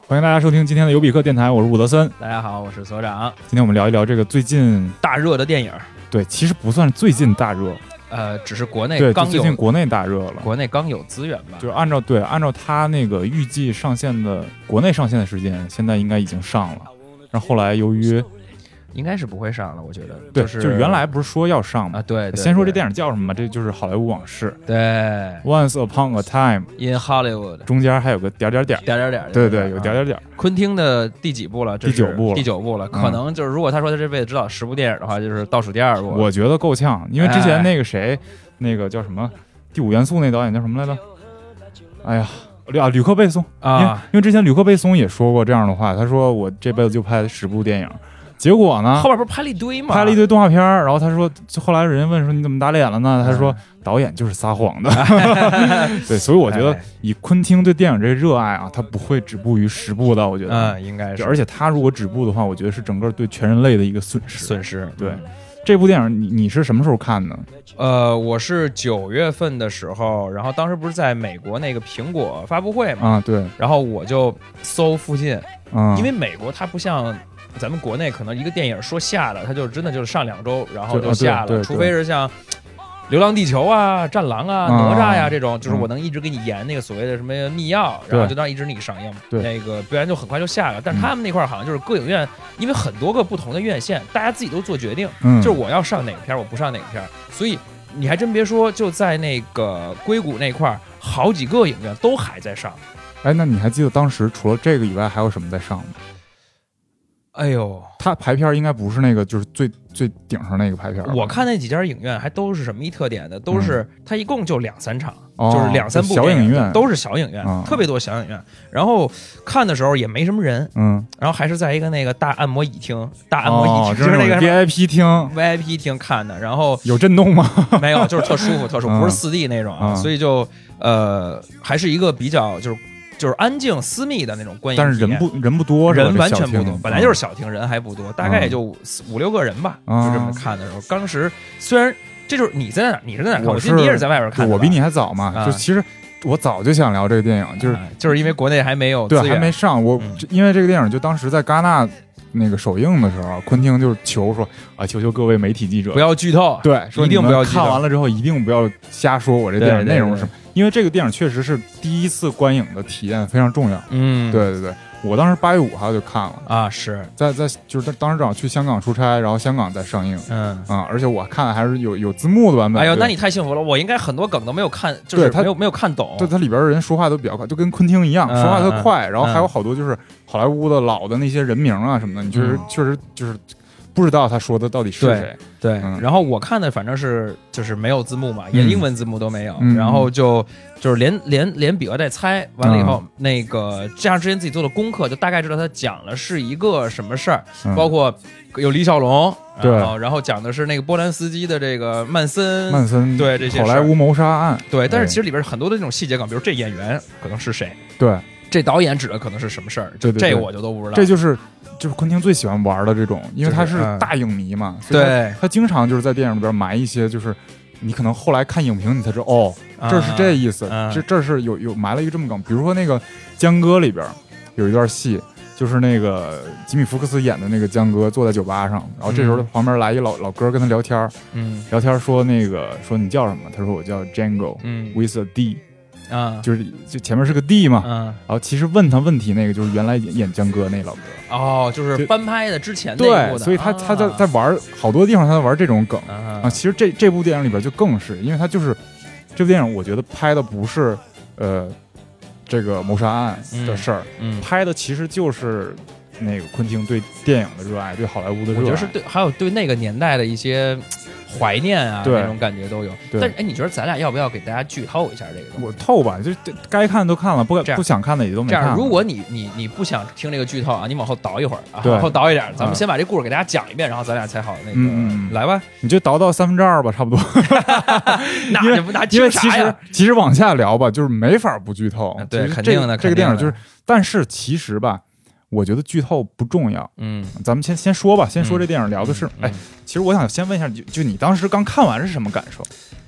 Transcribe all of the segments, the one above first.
欢迎大家收听今天的尤比克电台，我是伍德森。 大家好，我是所长。 今天我们聊一聊这个最近大热的电影。 对，其实不算最近大热， 只是国内对， 刚有， 最近国内大热了， 国内刚有资源吧。 就是按照他那个预计上线的国内上线的时间，现在应该已经上了。然后后来由于应该是不会上了，我觉得。 对， 就是原来不是说要上吗？ 对， 先说这电影叫什么？这就是《好莱坞往事》。 对 ，Once Upon a Time in Hollywood， 中间还有个点。对，有点。 昆汀的第几部了？ 第九部了。 可能就是如果他说他这辈子只导10部电影的话，就是倒数第2部。 我觉得够呛，因为之前那个谁，那个叫什么《第5元素》那导演叫什么来着？哎呀。吕克贝松啊，因为之前吕克贝松也说过这样的话，他说我这辈子就拍10部电影，结果呢， 后边不是拍了一堆吗？ 拍了一堆动画片，然后他说，后来人家问说你怎么打脸了呢？他说导演就是撒谎的。对，所以我觉得以昆汀对电影这个热爱啊，他不会止步于10部的，我觉得， 应该是， 而且他如果止步的话，我觉得是整个对全人类的一个损失。对。这部电影你是什么时候看的？ 我是9月份的时候，然后当时不是在美国那个苹果发布会嘛？ 啊，对。 然后我就搜附近，因为美国它不像咱们国内，可能一个电影说下了，它就真的就是上2周，然后就下了， 对， 除非是像流浪地球啊、战狼啊、哪吒呀这种，就是我能一直给你演那个所谓的什么密钥，然后就让一直你上映，那个不然就很快就下了。但是他们那块好像就是各影院，因为很多个不同的院线，大家自己都做决定，就是我要上哪个片，我不上哪个片，所以你还真别说，就在那个硅谷那块，好几个影院都还在上。 哎，那你还记得当时除了这个以外还有什么在上吗？ 哎呦， 他排片应该不是那个，就是最顶上那个排片。 我看那几家影院还都是什么一特点的，都是他一共就2-3场，就是2-3部小影院， 都是小影院，特别多小影院。然后看的时候也没什么人，然后还是在一个那个大按摩椅厅，就是那个 VIP 厅看的。然后有震动吗？ 没有，就是特舒服，不是4D 那种啊，所以就还是一个比较就是安静私密的那种观影体验， 但是人不多， 人完全不多，本来就是小厅，人还不多，大概也就5-6个人吧，就这么看的时候。当时虽然这就是你是在哪看？我记得你也是在外边看的， 我比你还早嘛。就其实我早就想聊这个电影， 就是因为国内还没有资源， 对，还没上。因为这个电影就当时在戛纳那个首映的时候，昆汀就是求说啊，求各位媒体记者不要剧透， 对，说一定不要剧透， 看完了之后一定不要瞎说我这电影内容是什么，因为这个电影确实是第一次观影的体验非常重要。对，我当时8月5号就看了啊，是在就是当时正好去香港出差，然后香港在上映，而且我看的还是有字幕的版本。 哎呦，那你太幸福了，我应该很多梗都没有看，就是没有看懂。 对，它里边的人说话都比较快，就跟昆汀一样，说话特快，然后还有好多就是好莱坞的老的那些人名啊什么的，你确实就是不知道他说的到底是谁。 对，然后我看的反正是就是没有字幕嘛，连英文字幕都没有，然后就是连比划带猜，完了以后那个加上之前自己做的功课，就大概知道他讲了是一个什么事儿，包括有李小龙，然后讲的是那个波兰斯基的这个曼森，对，这些好莱坞谋杀案， 对，但是其实里边很多的这种细节感，比如这演员可能是谁， 对， 这导演指的可能是什么事儿，这我就都不知道， 这就是昆汀最喜欢玩的这种，因为他是大影迷嘛，所以他经常就是在电影里边埋一些，就是你可能后来看影评你才知道，这是这意思，这是有埋了一个这么梗。比如说那个江歌里边有一段戏，就是那个吉米福克斯演的那个江歌坐在酒吧上，然后这时候旁边来一老哥跟他聊天，聊天说你叫什么？他说我叫 Django with a D。就前面是个 D 嘛，然后其实问他问题那个就是原来演江歌那老哥， 就是翻拍的之前那一部的， 对，所以他在玩好多地方他在玩这种梗啊。其实这部电影里边就更是，因为他就是这部电影，我觉得拍的不是这个谋杀案的事儿，拍的其实就是那个昆汀对电影的热爱，对好莱坞的热爱， 我觉得是对，还有对那个年代的一些怀念啊，那种感觉都有。但是你觉得咱俩要不要给大家剧透一下这个？ 我透吧，就该看的都看了，不想看的也都没看。 这样，如果你不想听这个剧透啊，你往后倒一会儿啊，往后倒一点，咱们先把这故事给大家讲一遍，然后咱俩才好那个来吧。 你就倒到2/3吧，差不多。 因为其实往下聊吧，就是没法不剧透。 对，肯定的。 这个电影就是，但是其实吧。我觉得剧透不重要，咱们先说吧，先说这电影聊的是，其实我想先问一下，就你当时刚看完是什么感受？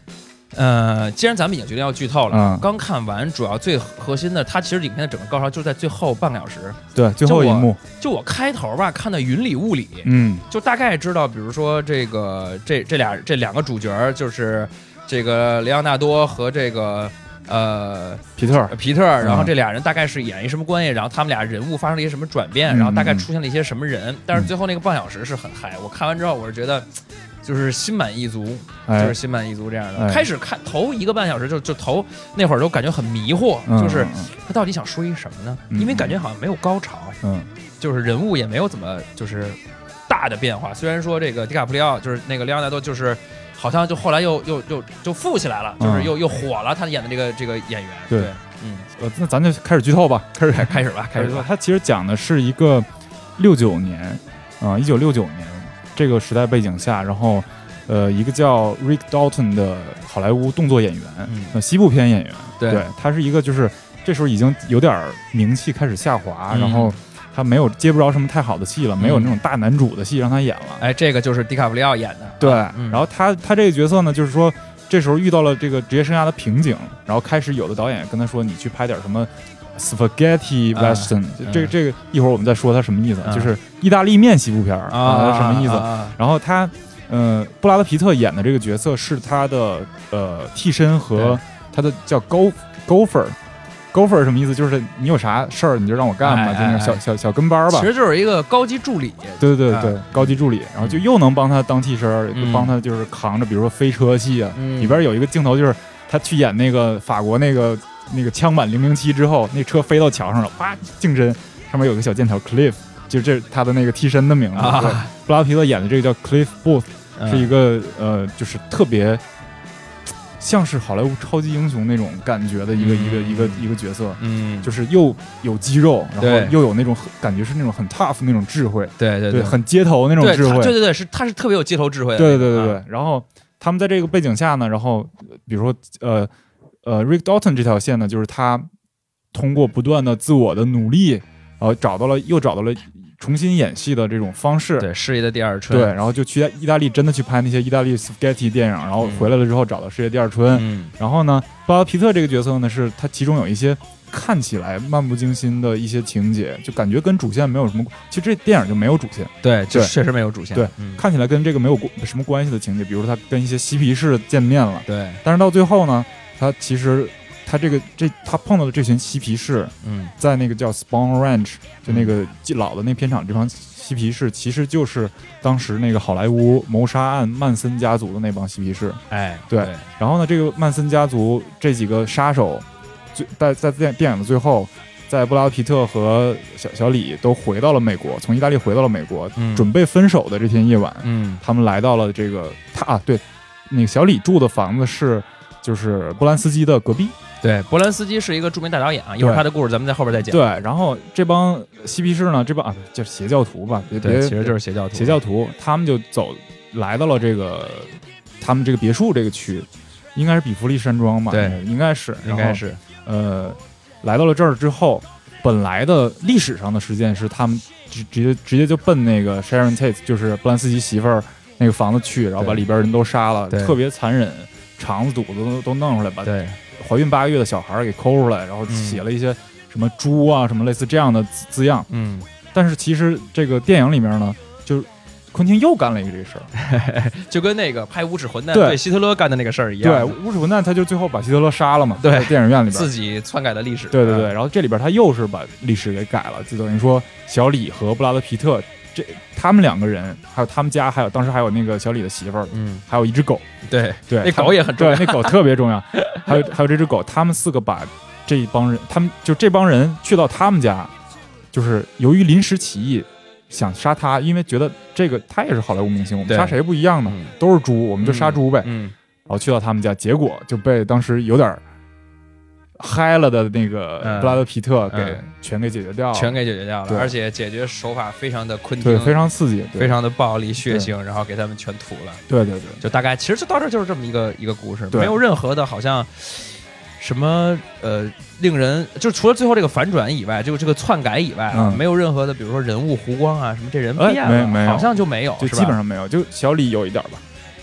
既然咱们已经决定要剧透了，刚看完，主要最核心的，它其实影片的整个高潮就在最后半个小时。 对，最后一幕。 就我开头吧，看的云里雾里，就大概知道，比如说这两个主角就是这个雷昂纳多和这个皮特， 然后这俩人大概是演一什么关系，然后他们俩人物发生了一些什么转变，然后大概出现了一些什么人，但是最后那个半小时是很嗨，我看完之后我是觉得。就是心满意足，就是心满意足这样的。开始看头一个半小时就头那会儿都感觉很迷惑，就是他到底想说一什么呢？因为感觉好像没有高潮，就是人物也没有怎么就是大的变化。虽然说这个迪卡普里奥就是那个莱昂纳多，就是好像就后来又富起来了，就是又火了。他演的这个演员，对， 那咱就开始剧透吧， 开始吧。 他其实讲的是一个1969年这个时代背景下，然后一个叫 Rick Dalton 的好莱坞动作演员，西部片演员，对，他是一个就是这时候已经有点名气开始下滑，然后他接不着什么太好的戏了，没有那种大男主的戏让他演了。 哎，这个就是迪卡普里奥演的， 对。然后他这个角色呢，就是说这时候遇到了这个职业生涯的瓶颈，然后开始有的导演跟他说，你去拍点什么。Spaghetti Western，这个一会儿我们再说它什么意思，就是意大利面西部片什么意思？然后他布拉德皮特演的这个角色是他的替身和他的叫 Gopher 什么意思？就是你有啥事儿你就让我干吧，就那个小跟班吧。 其实就是一个高级助理。 对，高级助理，然后就又能帮他当替身，帮他就是扛着，比如说飞车戏啊。里边有一个镜头就是他去演那个法国那个枪版007之后，那车飞到桥上了，啪镜身上面有个小箭头 Cliff， 就这他的那个替身的名字。布拉德皮特演的这个叫 Cliff Booth，是一个就是特别像是好莱坞超级英雄那种感觉的一个角色，就是又有肌肉，然后又有那种感觉是那种很 tough 那种智慧，对，很街头那种智慧， 对，他是特别有街头智慧的， 对。然后他们在这个背景下呢，然后比如说Rick Dalton 这条线呢，就是他通过不断的自我的努力，然后又找到了重新演戏的这种方式， 对事业的第二春， 对，然后就去意大利真的去拍那些意大利 spaghetti 电影，然后回来了之后找到事业第二春。然后呢，布拉德皮特这个角色呢，是他其中有一些看起来漫不经心的一些情节，就感觉跟主线没有什么，其实这电影就没有主线， 对，确实没有主线， 对，看起来跟这个没有什么关系的情节，比如说他跟一些嬉皮士见面了， 对， 但是到最后呢。他其实他他碰到的这群嬉皮士，在那个叫 Spahn Ranch， 就那个老的那片场，这帮嬉皮士其实就是当时那个好莱坞谋杀案曼森家族的那帮嬉皮士。 哎， 对。然后呢，这个曼森家族这几个杀手，在电影的最后，在布拉德皮特和小李都回到了美国，从意大利回到了美国，准备分手的这天夜晚，他们来到了这个对，那个小李住的房子就是波兰斯基的隔壁。 对，波兰斯基是一个著名大导演啊，一会儿他的故事咱们在后边再讲。 对，然后这帮嬉皮士呢，叫邪教徒吧， 对，其实就是邪教徒， 他们就来到了他们这个别墅这个区，应该是比弗利山庄吧？ 对， 应该是。来到了这儿之后，本来的历史上的事件是他们直接就奔那个 Sharon Tate， 就是波兰斯基媳妇儿那个房子去，然后把里边人都杀了，特别残忍。肠子肚子都弄出来，把怀孕8个月的小孩给抠出来，然后写了一些什么猪啊什么类似这样的字样。但是其实这个电影里面呢，就是昆汀又干了一个这事儿， 就跟那个拍无耻混蛋对希特勒干的那个事儿一样。 对，无耻混蛋他就最后把希特勒杀了嘛，对，电影院里边自己篡改的历史。 对，然后这里边他又是把历史给改了，就等于说小李和布拉德皮特。他们2个人，还有他们家，当时还有那个小李的媳妇儿，还有一只狗， 对，那狗也很重要， 对，那狗特别重要。还有这只狗，他们4个把这帮人去到他们家，就是由于临时起意想杀他，因为觉得这个他也是好莱坞明星，我们杀谁不一样呢？都是猪，我们就杀猪呗。然后去到他们家，结果就被当时有点嗨了的那个布拉德皮特全给解决掉了， 而且解决手法非常的昆汀， 对，非常刺激， 非常的暴力血腥，然后给他们全屠了。 对， 就大概其实就到这就是这么一个故事，没有任何的好像什么令人就除了最后这个反转以外，就这个篡改以外啊，没有任何的比如说人物弧光啊什么这人变了， 没有， 好像就没有， 就基本上没有，就小李有一点吧。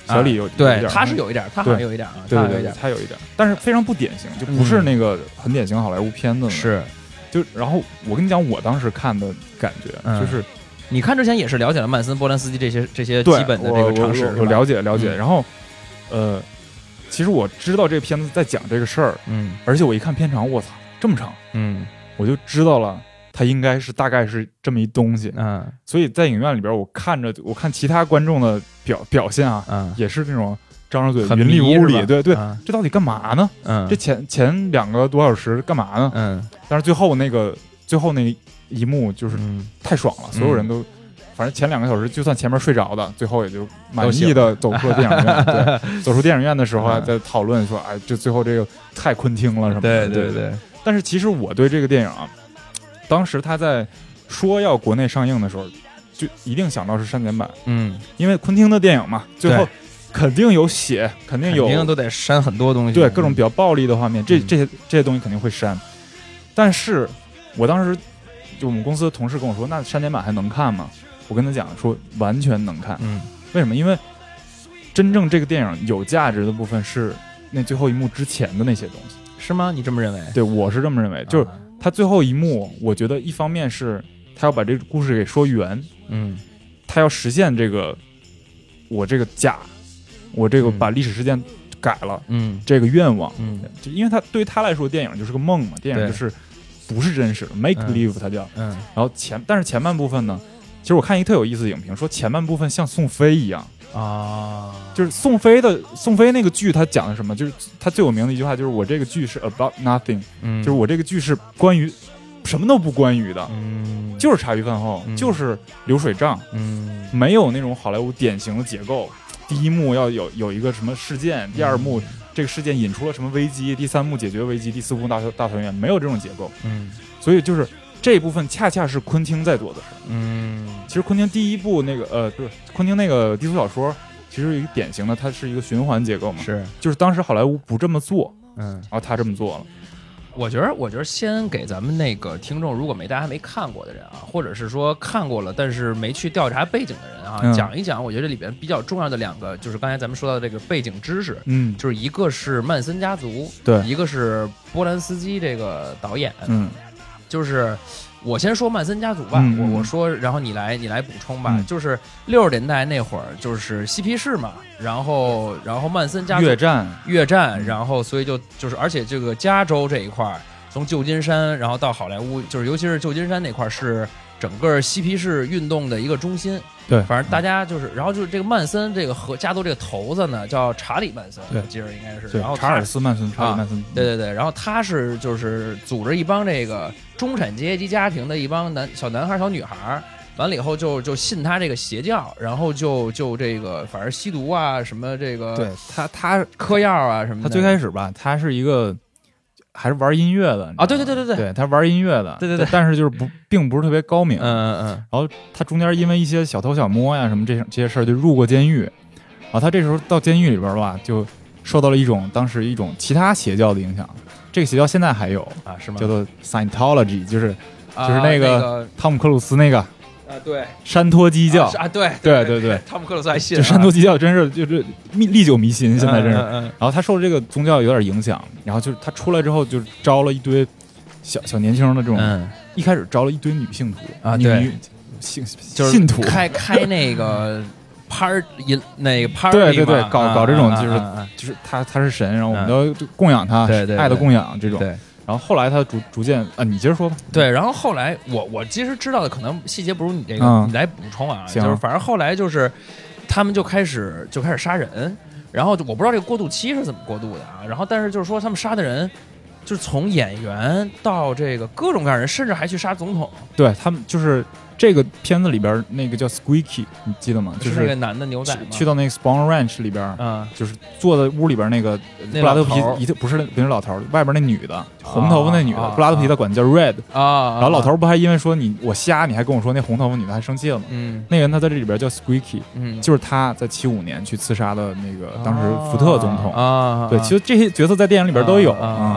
小李有对，他是有一点，他好像有一点啊， 对，他有一点，但是非常不典型，就不是那个很典型好莱坞片子。 是， 就然后我跟你讲，我当时看的感觉就是， 你看之前也是了解了曼森、波兰斯基这些基本的这个常识， 我了解。然后，其实我知道这个片子在讲这个事儿，而且我一看片长，我操，这么长，我就知道了。它应该是大概是这么一东西，所以在影院里边，我看其他观众的表现啊，也是这种张着嘴云里雾里，对，这到底干嘛呢？这前2个多小时干嘛呢？但是最后那一幕就是太爽了，所有人都，反正前2个小时就算前面睡着的，最后也就满意的走出了电影院。对，走出电影院的时候在讨论说，哎，这最后这个太昆汀了什么的。 对。 但是其实我对这个电影啊。当时他在说要国内上映的时候，就一定想到是删减版，因为昆汀的电影嘛，最后肯定有血，肯定都得删很多东西， 对，各种比较暴力的画面，这些东西肯定会删。但是我当时就我们公司的同事跟我说，那删减版还能看吗？我跟他讲说完全能看，为什么？因为真正这个电影有价值的部分是那最后一幕之前的那些东西， 是吗？你这么认为？ 对，我是这么认为，就是。他最后一幕，我觉得一方面是他要把这个故事给说圆，他要实现这个我这个把历史事件改了，这个愿望，就因为他对于他来说，电影就是个梦嘛，电影就是不是真实的 ，make believe 它叫，然后但是前半部分呢，其实我看一个特有意思的影评，说前半部分像宋飞一样。就是宋飞那个剧，他讲的什么？就是他最有名的一句话，就是我这个剧是 about nothing，就是我这个剧是关于什么都不关于的，就是茶余饭后，就是流水账，没有那种好莱坞典型的结构。第一幕要有一个什么事件，第二幕这个事件引出了什么危机，第三幕解决危机，第四幕大团圆，没有这种结构。所以就是这一部分恰恰是昆汀在做的事。其实昆汀第一部那个不是昆汀那个低俗小说，其实有一个典型的，它是一个循环结构嘛，就是当时好莱坞不这么做，然后他这么做了。 我觉得先给咱们那个听众，如果大家还没看过的人啊，或者是说看过了但是没去调查背景的人啊，讲一讲，我觉得这里边比较重要的2个，就是刚才咱们说到的这个背景知识，就是一个是曼森家族， 对， 一个是波兰斯基这个导演，就是我先说曼森家族吧，我说，然后你来补充吧。就是60年代那会儿，就是嬉皮士嘛，然后曼森家族越战，然后所以就是而且这个加州这一块，从旧金山然后到好莱坞，就是尤其是旧金山那块是整个嬉皮士运动的一个中心。 对， 反正大家就是，然后就是这个曼森这个和家族这个头子呢叫查理曼森，我记得应该是，然后查尔斯曼森，查理曼森， 对，然后他是就是组织一帮这个中产阶级家庭的一帮小男孩小女孩，完了以后就信他这个邪教，然后就这个反正吸毒啊什么这个， 对他嗑药啊什么的。 他最开始吧，他是一个。还是玩音乐的啊，对， 对他玩音乐的， 对， 但是就是并不是特别高明， 然后他中间因为一些小偷小摸呀什么这些事儿就入过监狱，然后他这时候到监狱里边吧，就受到了当时一种其他邪教的影响，这个邪教现在还有啊，是吗？ 叫做 Scientology， 就是那个汤姆克鲁斯那个。 对， 山托基教啊，对，汤姆克鲁斯还信， 就山托基教真是就是历久弥新，现在真是。然后他受这个宗教有点影响，然后就是他出来之后就招了一堆小年轻的这种，一开始招了一堆女性徒啊，对， 信徒开那个 party 那个 party， 对，搞这种就是他是神，然后我们都供养他， 对， 爱的供养这种。 对。 然后后来他逐渐啊，你接着说吧。 对，然后后来我其实知道的可能细节不如你这个，你来补充啊。就是反正后来就是他们就开始杀人，然后我不知道这个过渡期是怎么过渡的啊。然后但是就是说他们杀的人，就是从演员到这个各种各样的人，甚至还去杀总统。 对他们就是这个片子里边那个叫 Squeaky， 你记得吗？就是那个男的牛仔去到那个 Spawn Ranch 里边，就是坐在屋里边那个布拉德皮，不是老头，外边那女的，红头发那女的，布拉德皮他管叫 Red 啊。 然后老头不还因为说我瞎，你还跟我说那红头发女的还生气了吗？那个人他在这里边叫 Squeaky，就是他在75年去刺杀的那个当时福特总统啊。 对，其实这些角色在电影里边都有啊。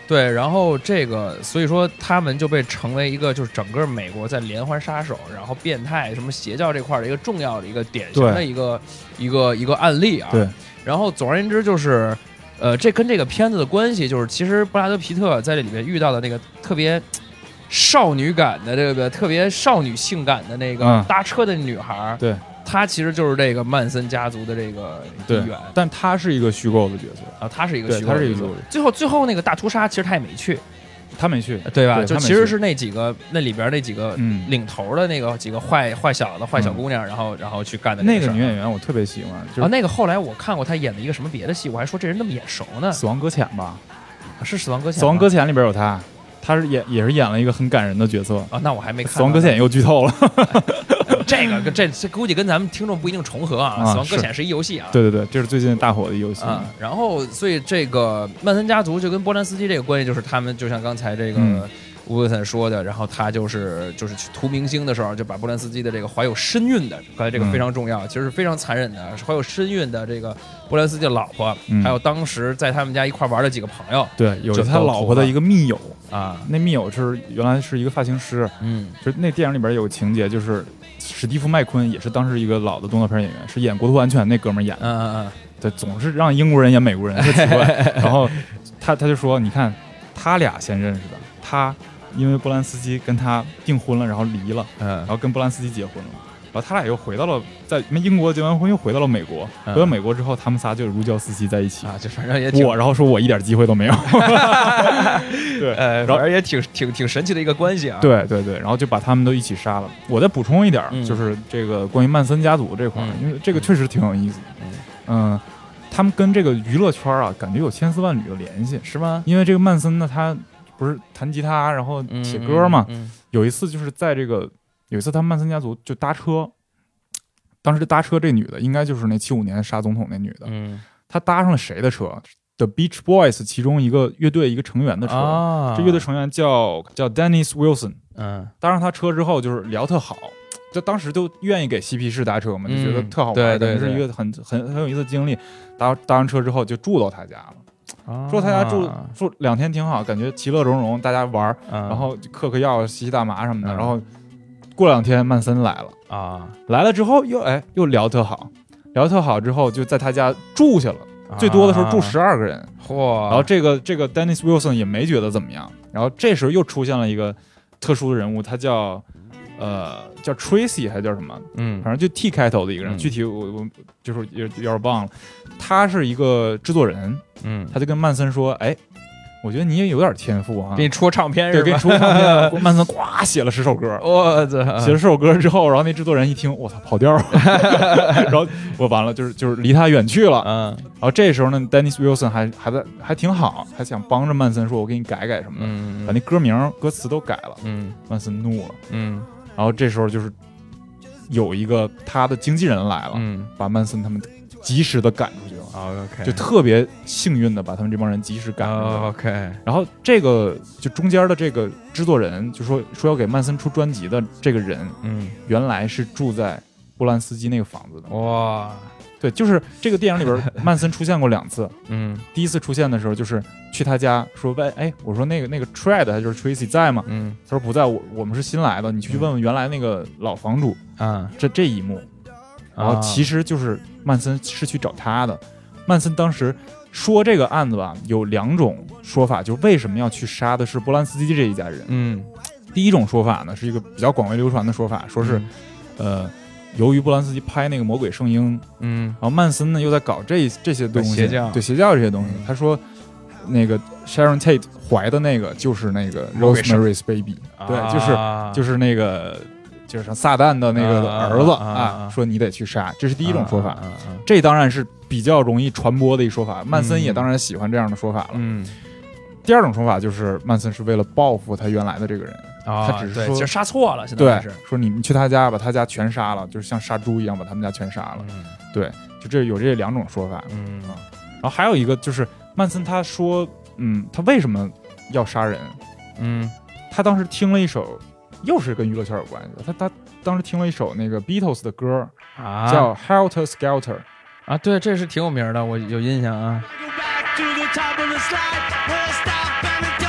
对，然后这个所以说他们就被成为一个就是整个美国在连环杀手，然后变态什么邪教这块的一个重要的一个典型的一个案例啊。 对， 然后总而言之就是。这跟这个片子的关系就是，其实布拉德皮特在这里面遇到的那个特别少女感的这个特别少女性感的那个搭车的女孩， 对， 她其实就是这个曼森家族的这个一员， 但她是一个虚构的角色啊，她是一个虚构的角色。最后那个大屠杀，其实她也没去。 他没去， 对吧？就其实是那里边那几个领头的那个几个坏小子、坏小姑娘，然后去干的那个女演员，我特别喜欢。 啊，那个后来我看过她演的一个什么别的戏，我还说这人那么眼熟呢。 死亡搁浅吧？ 是死亡搁浅。 死亡搁浅里边有她，她是也是演了一个很感人的角色啊。那我还没看。 死亡搁浅又剧透了。 这估计跟咱们听众不一定重合啊。死亡搁浅是一游戏啊。 对，这是最近大火的游戏啊。然后，所以这个曼森家族就跟波兰斯基这个关系，就是他们就像刚才这个乌克森说的，然后他就是去图明星的时候，就把波兰斯基的这个怀有身孕的，刚才这个非常重要，其实是非常残忍的，怀有身孕的这个波兰斯基的老婆，还有当时在他们家一块玩的几个朋友， 对，有他老婆的一个密友啊， 那密友是原来是一个发型师，就是那电影里边有个情节，就是史蒂夫麦昆也是当时一个老的动作片演员，是演《国土安全》那哥们儿演的，对，总是让英国人演美国人，特奇怪。然后他就说，你看他俩先认识的，他因为波兰斯基跟他订婚了，然后离了，然后跟波兰斯基结婚了，然后他俩又回到了在英国结完婚，又回到了美国。回到美国之后，他们仨就如胶似漆在一起啊，就反正也然后说我一点机会都没有。对， 反正也挺神奇的一个关系啊。 对，然后就把他们都一起杀了。我再补充一点，就是这个关于曼森家族这块，因为这个确实挺有意思的。他们跟这个娱乐圈啊，感觉有千丝万缕的联系， 是吗？ 因为这个曼森呢，他不是弹吉他，然后写歌嘛。有一次就是在有一次他们曼森家族就搭车，当时搭车这女的应该就是那75年杀总统那女的。她搭上了谁的车？The Beach Boys 其中一个乐队一个成员的车。这乐队成员叫 Dennis Wilson。搭上他车之后就是聊特好。就当时就愿意给嬉皮士搭车嘛，就觉得特好玩， 对， 是一个很有意思的经历。搭上车之后就住到他家了，住他家住2天挺好，感觉其乐融融，大家玩，然后嗑药、吸大麻什么的。然后过2天曼森来了啊，来了之后又聊特好，聊特好之后就在他家住下了，最多的时候住12个人。然后这个 Dennis Wilson 也没觉得怎么样。然后这时候又出现了一个特殊的人物，他叫 Tracy 还叫什么？反正就 T 开头的一个人，具体我就是有点忘了。他是一个制作人，他就跟曼森说：“哎，我觉得你也有点天赋啊， 给你出唱片是吧？” 对，给你出唱片。曼森呱写了10首歌， 我操！ 写了10首歌之后，然后那制作人一听，我操，跑调，然后我完了，就是离他远去了。然后这时候呢 ，Dennis Wilson 还挺好，还想帮着曼森说：“我给你改什么的，把那歌名、歌词都改了。”曼森怒了，然后这时候就是有一个他的经纪人来了，把曼森他们及时的赶出去了。 OK， 就特别幸运的把他们这帮人及时赶出去了。 OK， 然后这个就中间的这个制作人就说要给曼森出专辑的这个人，原来是住在波兰斯基那个房子的。 哇！ 对，就是这个电影里边曼森出现过2次。第一次出现的时候就是去他家说：“喂，我说那个 Tread 还就是 Tracy 在吗？”他说不在，我们是新来的，你去问问原来那个老房主。这一幕，然后其实就是曼森是去找他的。曼森当时说这个案子吧，有2种说法，就是为什么要去杀的是波兰斯基这一家人。第一种说法呢是一个比较广为流传的说法，说是由于波兰斯基拍那个《魔鬼圣婴》，然后曼森呢又在搞这些东西，对邪教这些东西。他说那个 Sharon Tate 怀的那个就是那个 Rosemary's Baby，对，就是那个就是像撒旦的那个儿子啊，说你得去杀，这是第一种说法。这当然是比较容易传播的一说法，曼森也当然喜欢这样的说法了。第二种说法就是曼森是为了报复他原来的这个人。他只是说其实杀错了，现在是说你们去他家把他家全杀了，就是像杀猪一样把他们家全杀了。对，就这有这2种说法。然后还有一个就是曼森他说，他为什么要杀人？他当时听了一首，又是跟娱乐圈有关系的。他当时听了一首那个 Beatles 的歌叫 Helter Skelter 啊，对，这是挺有名的，我有印象啊。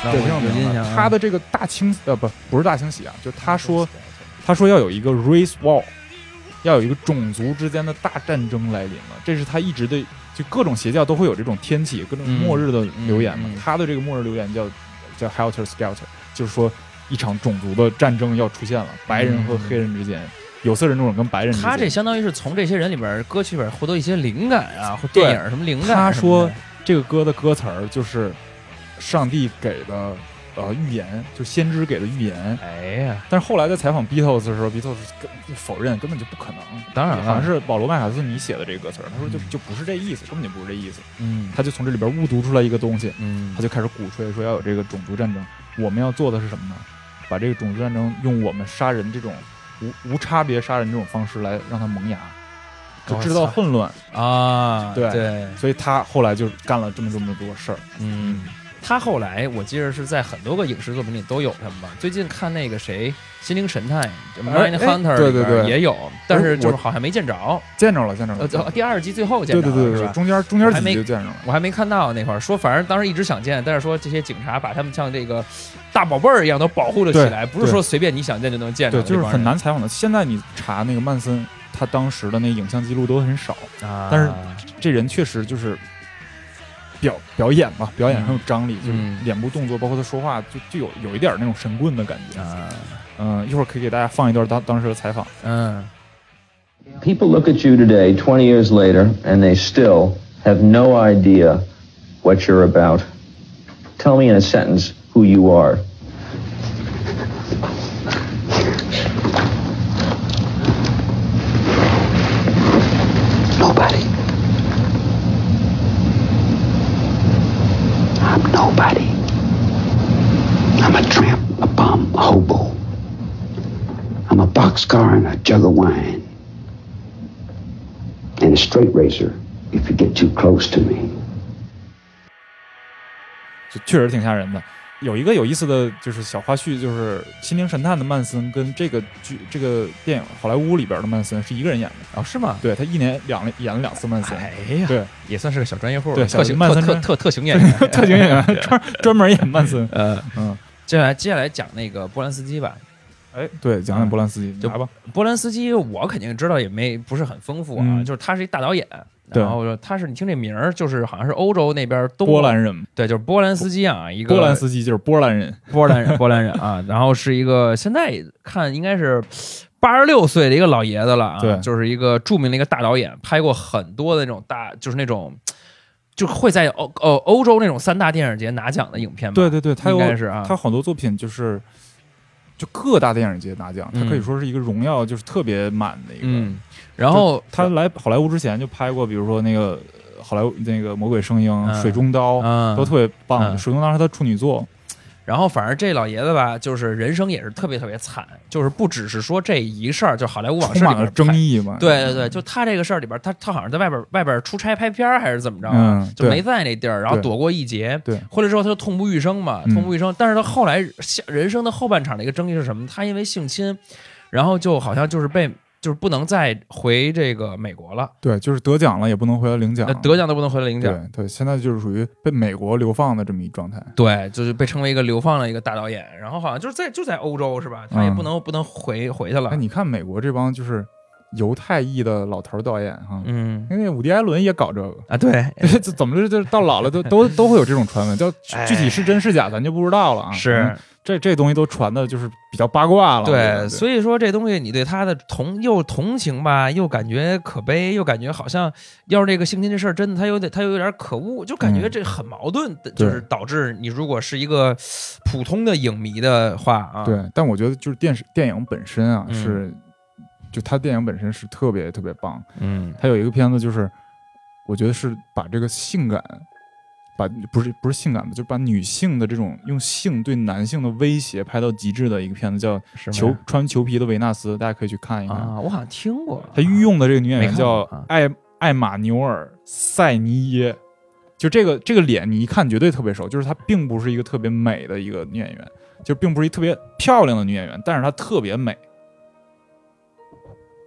啊， 对，挺有印象。 他的这个不是大清洗啊，就他说要有一个 race war， 要有一个种族之间的大战争来临了，这是他一直的，就各种邪教都会有这种天启各种末日的流言嘛，他的这个末日流言叫 Helter Skelter， 就是说一场种族的战争要出现了，白人和黑人之间。有色人种跟白人之间， 他这相当于是从这些人里边歌曲里边获得一些灵感啊，或电影什么灵感。 他说这个歌的歌词儿就是上帝给的预言，就先知给的预言。 哎呀！ 但是后来在采访 Beatles 的时候 ，Beatles 否认，根本就不可能。 当然了， 好像是保罗麦卡斯尼写的这个歌词儿，他说就不是这意思，根本就不是这意思。他就从这里边误读出来一个东西。他就开始鼓吹说要有这个种族战争。我们要做的是什么呢？把这个种族战争用我们杀人这种无差别杀人这种方式来让它萌芽，就制造混乱啊！ 对，所以他后来就干了这么多事儿。 他后来我记得是在很多个影视作品里都有他们吧。最近看那个谁《心灵神探》Mind Hunter 对也有，但是就是好像没见着了。 第2季最后见着了， 对，中间几集就见着了， 我还没看到那块儿。说反正当时一直想见，但是说这些警察把他们像这个大宝贝儿一样都保护了起来，不是说随便你想见就能见着。 对，就是很难采访的。现在你查那个曼森，他当时的那个影像记录都很少但是这人确实就是表演吧，表演很有张力，就是脸部动作，包括他说话，就有一点那种神棍的感觉一会儿可以给大家放一段当时的采访。 People look at you today, 20 years later, and they still have no idea what you're about. Tell me in a sentence who you are. Nobody. I'm nobody. I'm a tramp, a bum, a hobo. I'm a boxcar and a jug of wine. And a straight razor if you get too close to me. 就确实挺吓人的。有一个有意思的就是小花絮，就是《心灵神探》的曼森跟这个电影《好莱坞》里边的曼森是一个人演的。 是吗？ 对，他一年演了2次曼森。 哎呀， 对， 也算是个小专业户。 对， 特型演员， 特型演员专门演曼森。 接下来讲那个波兰斯基吧。 对，讲讲波兰斯基， 就来吧。 波兰斯基，我肯定知道，也不是很丰富啊。就是他是一大导演，然后他是你听这名儿，就是好像是欧洲那边波兰人， 对，就是波兰斯基啊，一个波兰斯基就是波兰人啊。然后是一个现在看应该是86岁的一个老爷子了啊， 对， 就是一个著名的一个大导演，拍过很多的那种就是那种。就会在欧洲那种3大电影节拿奖的影片吧？ 对，他应该是啊， 他好多作品就各大电影节拿奖，他可以说是一个荣耀就是特别满的一个。 然后他来好莱坞之前就拍过，比如说那个好莱坞那个《魔鬼生婴》水中刀》都特别棒。水中刀是他处女作。 然后反正这老爷子吧，就是人生也是特别特别惨，就是不只是说这一事儿，就好莱坞往事里边争议嘛。 对，就他这个事儿里边，他好像在外边出差拍片还是怎么着就没在那地儿，然后躲过一劫。 对， 回来之后他就痛不欲生嘛，痛不欲生。但是他后来人生的后半场的一个争议是什么？他因为性侵，然后就好像就是不能再回这个美国了。 对，就是得奖了也不能回来领奖， 得奖都不能回来领奖。 对，现在就是属于被美国流放的这么一状态。 对，就是被称为一个流放的一个大导演，然后好像就在欧洲是吧？他也不能回去了。 你看美国这帮就是犹太裔的老头导演哈，因为伍迪·艾伦也搞这个啊，对， 怎么就到老了都会有这种传闻，叫具体是真是假咱就不知道了啊。 是。 这东西都传的就是比较八卦了。 对，所以说这东西你对他的又同情吧，又感觉可悲，又感觉好像要是这个性侵这事儿真的他有点可恶，就感觉这很矛盾，就是导致你如果是一个普通的影迷的话啊。 对，但我觉得就是电影本身啊就他电影本身是特别特别棒。他有一个片子就是我觉得是把这个性感。不是性感的，就是把女性的这种用性对男性的威胁拍到极致的一个片子，叫穿裘皮的维纳斯，大家可以去看一看啊。我好像听过。 他御用的这个女演员叫艾玛纽尔·塞尼耶，就这个脸你一看绝对特别熟，就是她并不是一个特别美的一个女演员，就并不是一个特别漂亮的女演员，但是她特别美。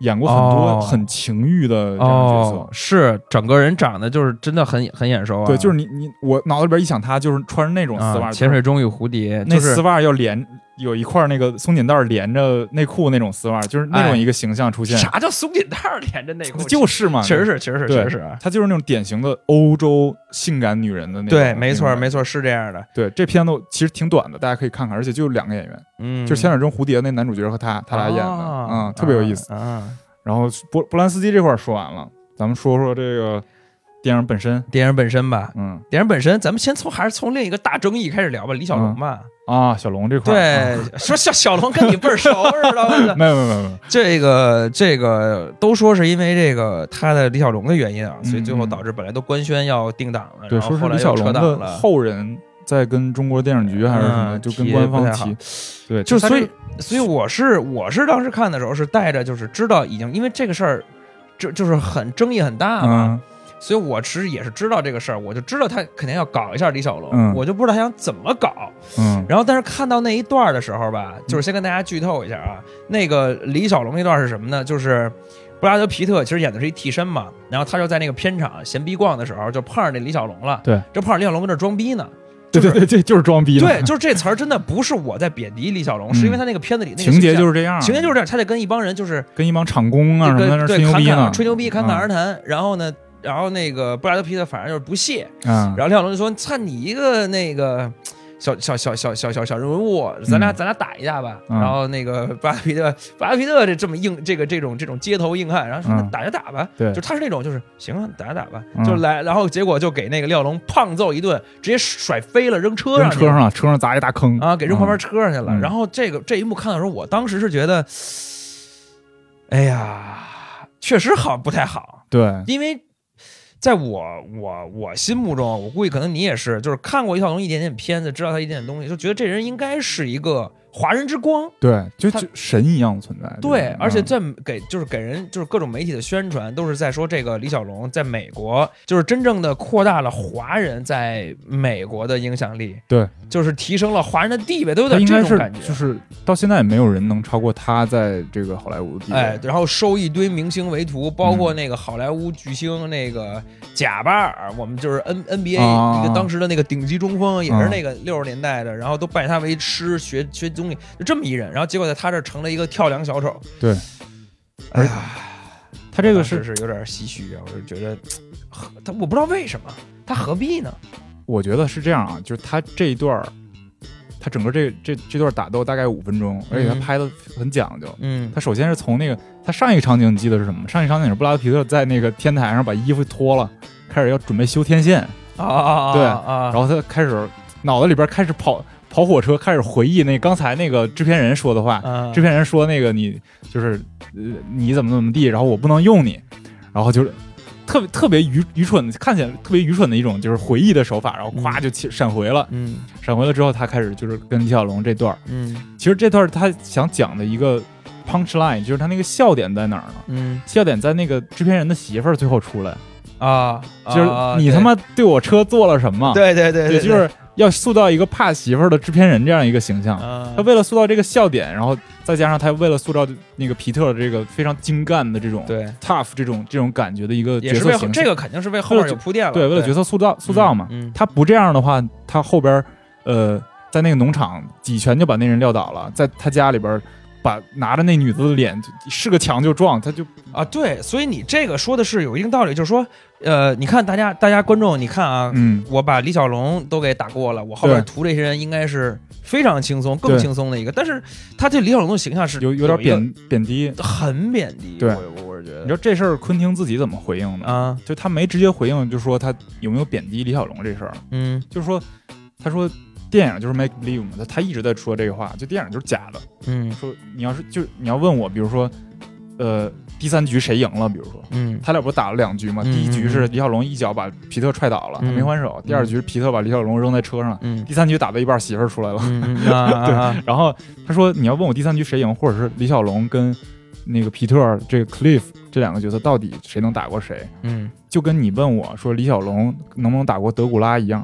演过很多很情欲的这样角色， 是整个人长得就是真的很眼熟啊。 对，就是我脑子里边一想他就是穿着那种丝袜， 潜水钟与蝴蝶， 那丝袜要连有一块那个松紧带连着内裤那种丝袜，就是那种一个形象出现。 啥叫松紧带连着内裤？ 就是嘛， 确实是， 他就是那种典型的欧洲性感女人的那种。 对，没错，是这样的。 对，这片子其实挺短的，大家可以看看，而且就2个演员，就是《潜水钟蝴蝶》那男主角和他俩演的，特别有意思。然后波兰斯基这块说完了，咱们说说这个电影本身吧。电影本身，咱们先还是从另一个大争议开始聊吧，李小龙吧。 小龙这块对，说小龙跟你倍儿熟，知道吗？ 没有， 这个都说是因为这个他的李小龙的原因啊，所以最后导致本来都官宣要定档了， 对，说是李小龙的后人在跟中国电影局还是什么，就跟官方提，对， 就所以我是当时看的时候是带着就是知道已经因为这个事儿，就是很争议很大嘛。所以我其实也是知道这个事儿，我就知道他肯定要搞一下李小龙，我就不知道他想怎么搞。然后但是看到那一段的时候吧，就是先跟大家剧透一下啊，那个李小龙那段是什么呢？就是布拉德皮特其实演的是一替身嘛，然后他就在那个片场闲逼逛的时候就碰上那李小龙了， 对， 这碰上李小龙跟这装逼呢。 对，这就是装逼。 对，就是这词儿真的不是我在贬低李小龙，是因为他那个片子里那个情节就是这样， 他得跟一帮人就是跟一帮厂工啊什么的吹牛逼呢， 吹牛逼侃侃而谈，然后那个布拉德皮特反正就是不屑，然后李小龙就说：“操你一个那个小人物，咱俩打一架吧。”然后那个布拉德皮特这么硬，这种街头硬汉，然后说：“那打就打吧。” 对， 就他是那种就是行啊，打就打吧，就来，然后结果就给那个李小龙胖揍一顿，直接甩飞了，扔车上砸一大坑啊，给扔旁边车上去了。然后这一幕看到的时候，我当时是觉得，哎呀，确实不太好。 对， 因为在我心目中，我估计可能你也是，就是看过李小龙一点点片子，知道他一点点东西，就觉得这人应该是一个华人之光， 对，就神一样存在。 对，而且在给人就是各种媒体的宣传都是在说这个李小龙在美国就是真正的扩大了华人在美国的影响力， 对， 就是提升了华人的地位，都有点这种感觉。 就是到现在也没有人能超过他在这个好莱坞的地位。 然后收一堆明星为徒，包括那个好莱坞巨星那个贾巴尔，我们就是 NBA 一个当时的那个顶级中锋，也是那个60年代的，然后都拜他为师学东西，就这么一人，然后结果在他这成了一个跳梁小丑。 对， 哎呀， 他这个是有点唏嘘啊，我就觉得我不知道为什么他何必呢？ 我觉得是这样啊，就是他这一段，他整个这段打斗大概5分钟，而且他拍的很讲究。他首先是从那个他上一个场景你记得是什么？上一个场景是布拉德皮特在那个天台上把衣服脱了，开始要准备修天线对，然后他开始脑子里边开始跑火车，开始回忆那刚才那个制片人说的话。制片人说那个你就是你怎么地，然后我不能用你，然后就是特别愚蠢，看起来特别愚蠢的一种就是回忆的手法，然后咵就闪回了。闪回了之后，他开始就是跟李小龙这段。其实这段他想讲的一个 punch line 就是他那个笑点在哪儿呢？笑点在那个制片人的媳妇儿最后出来就是你他妈对我车做了什么？ 对， 就是要塑造一个怕媳妇儿的制片人这样一个形象。他为了塑造这个笑点，然后再加上他为了塑造那个皮特的这个非常精干的这种 tough 这种感觉的一个角色形象， 这个肯定是为后面有铺垫了。 对，为了角色塑造嘛。他不这样的话，他后边在那个农场几拳就把那人撂倒了，在他家里边拿着那女子的脸是个墙就撞，他就对，所以你这个说的是有一定道理，就是说你看大家观众你看啊，我把李小龙都给打过了，我后边图这些人应该是非常轻松更轻松的一个，但是他对李小龙的形象是有点贬低， 很贬低。 对， 我是觉得你知道这事儿昆汀自己怎么回应的就他没直接回应，就说他有没有贬低李小龙这事儿。就是说他说电影就是 make believe 嘛，他一直在说这个话，就电影就是假的。说你要问我，比如说，第3局谁赢了？比如说，他俩不是打了2局吗？第1局是李小龙一脚把皮特踹倒了，他没还手；第2局皮特把李小龙扔在车上；第3局打到一半，媳妇儿出来了。对，然后他说你要问我第3局谁赢，或者是李小龙跟那个皮特这个 Cliff 这2个角色到底谁能打过谁？就跟你问我说李小龙能不能打过德古拉一样。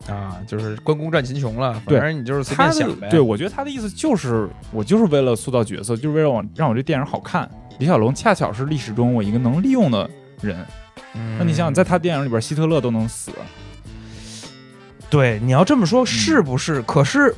啊，就是关公战秦琼了，反正你就是随便想呗。 对，我觉得他的意思就是我就是为了塑造角色，就是为了让我这电影好看。李小龙恰巧是历史中我一个能利用的人。那你想想，在他电影里边，希特勒都能死。 对，你要这么说是不是？可是，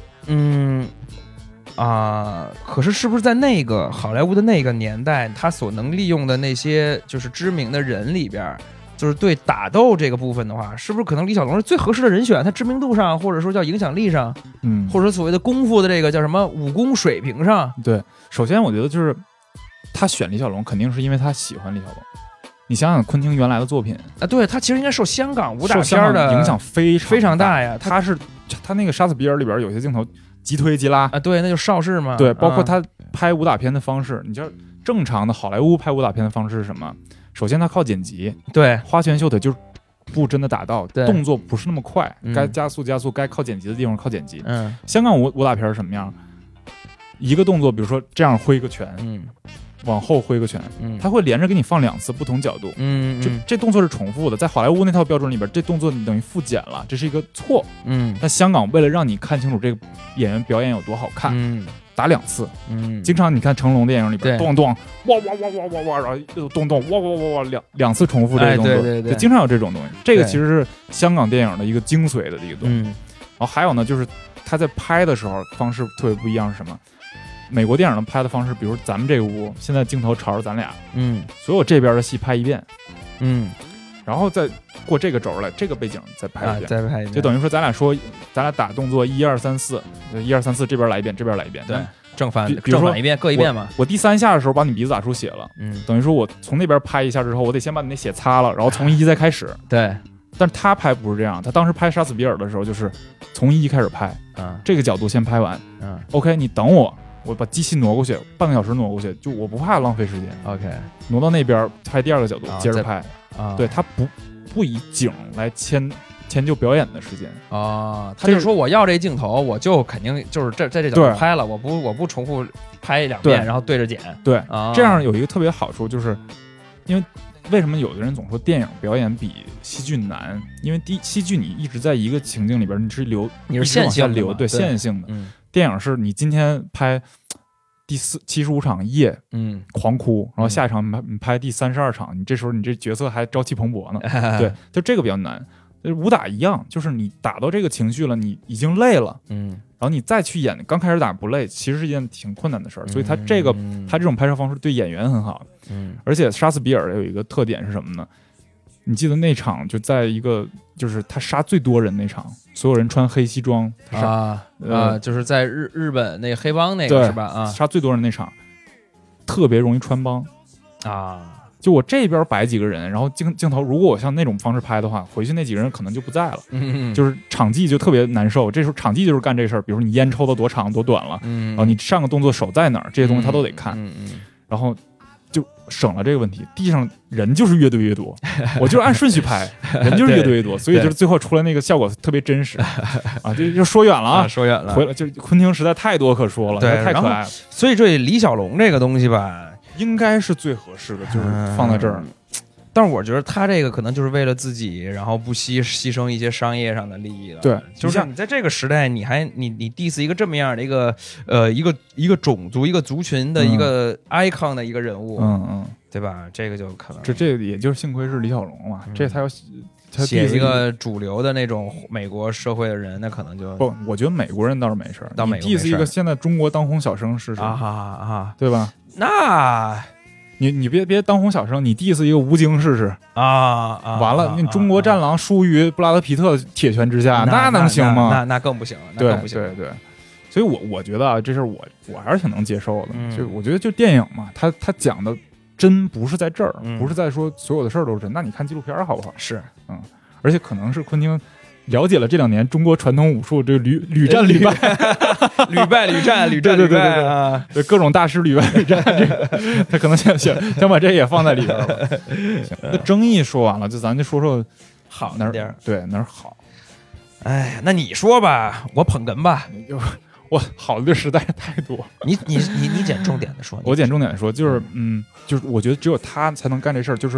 可是是不是在那个好莱坞的那个年代，他所能利用的那些就是知名的人里边，就是对打斗这个部分的话，是不是可能李小龙是最合适的人选？他知名度上，或者说叫影响力上，或者说所谓的功夫的这个叫什么武功水平上？ 对，首先我觉得就是他选李小龙，肯定是因为他喜欢李小龙。你想想昆汀原来的作品啊，对他其实应该受香港武打片的影响非常大呀。 他那个杀死比尔里边有些镜头急推急拉啊，对，那就邵氏嘛。 对，包括他拍武打片的方式，你知道正常的好莱坞拍武打片的方式是什么？首先他靠剪辑， 对， 花拳绣腿就是不真的打到，动作不是那么快，该加速加速，该靠剪辑的地方靠剪辑。香港武打片是什么样？一个动作，比如说这样挥个拳，往后挥个拳，他会连着给你放2次不同角度，这动作是重复的，在好莱坞那套标准里边，这动作你等于复剪了，这是一个错，但香港为了让你看清楚这个演员表演有多好看，打2次，经常你看成龙电影里边，咚咚，哇哇哇哇哇哇，然后又咚咚，哇哇哇哇，两次重复这个动作， 对， 就经常有这种东西，这个其实是香港电影的一个精髓的一个东西，然后还有呢，就是他在拍的时候方式特别不一样是什么？美国电影的拍的方式，比如咱们这个屋，现在镜头朝着咱俩，所有这边的戏拍一遍，然后再过这个轴来，这个背景再拍一遍， 再拍一遍， 就等于说咱俩打动作1、2、3、4，1、2、3、4这边来一遍，这边来一遍， 对，正反一遍，各一遍嘛。 我第3下的时候把你鼻子打出血了，等于说我从那边拍一下之后，我得先把你那血擦了，然后从1再开始， 对。 但他拍不是这样，他当时拍杀死比尔的时候就是从1开始拍，这个角度先拍完，OK， 你等我把机器挪过去，半个小时挪过去，就我不怕浪费时间。 OK， 挪到那边拍第2个角度，接着拍。对，他不以景来迁就表演的时间他就说我要这镜头，我就肯定就是在这角度拍了，我不重复拍2遍，然后对着剪。 对，这样有一个特别好处，就是因为为什么有的人总说电影表演比戏剧难？因为戏剧你一直在一个情境里边，你是线性流，对，线性的。电影是你今天拍第75场夜，狂哭，然后下一场你拍第32场，你这时候你这角色还朝气蓬勃呢，对，就这个比较难。武打一样，就是你打到这个情绪了，你已经累了，然后你再去演，刚开始打不累，其实是一件挺困难的事儿。所以他这种拍摄方式对演员很好，而且杀死比尔有一个特点是什么呢？你记得那场就在一个就是他杀最多人那场，所有人穿黑西装就是在日本那个黑帮那个是吧？ 杀最多人那场特别容易穿帮就我这边摆几个人，然后镜头如果我像那种方式拍的话，回去那几个人可能就不在了，就是场记就特别难受。这时候场记就是干这事儿，比如说你烟抽的多长多短了，然后你上个动作手在哪儿，这些东西他都得看，然后就省了这个问题。地上人就是越堆越多，我就是按顺序拍，人就是越堆越多，所以就是最后出来那个效果特别真实就说远了啊， 说远了， 回来就昆汀实在太多可说了， 对， 太可爱了。 所以这李小龙这个东西吧， 应该是最合适的，就是放在这儿。 但是我觉得他这个可能就是为了自己，然后不牺牲一些商业上的利益了。 对， 就是你在这个时代，你 diss 一个这么样的一个种族一个族群的一个 icon 的一个人物，对吧？这个就可能这也就是幸亏是李小龙嘛，这他要写一个主流的那种美国社会的人，那可能就不。我觉得美国人倒是没事儿，你 diss 一个现在中国当红小生试试对吧？ 那你别当红小生，你 diss 一个吴京试试完了，你中国战狼输于布拉德皮特铁拳之下，那能行吗？ 那更不行了，那更不行。 对，所以我觉得这事儿我还是挺能接受的。就我觉得就电影嘛，他讲的真不是在这儿，不是在说所有的事儿都是真。那你看纪录片好不好？ 是， 而且可能是昆汀了解了这2年中国传统武术，这屡战屡败， 屡战啊！ 对各种大师屡败屡战，这个他可能想把这也放在里边了。那争议说完了，咱就说好哪儿对哪儿好。 哎，那你说吧，我捧哏吧。 我好的实在是太多。 你捡重点的说， 我捡重点的说，就是就是我觉得只有他才能干这事儿，就是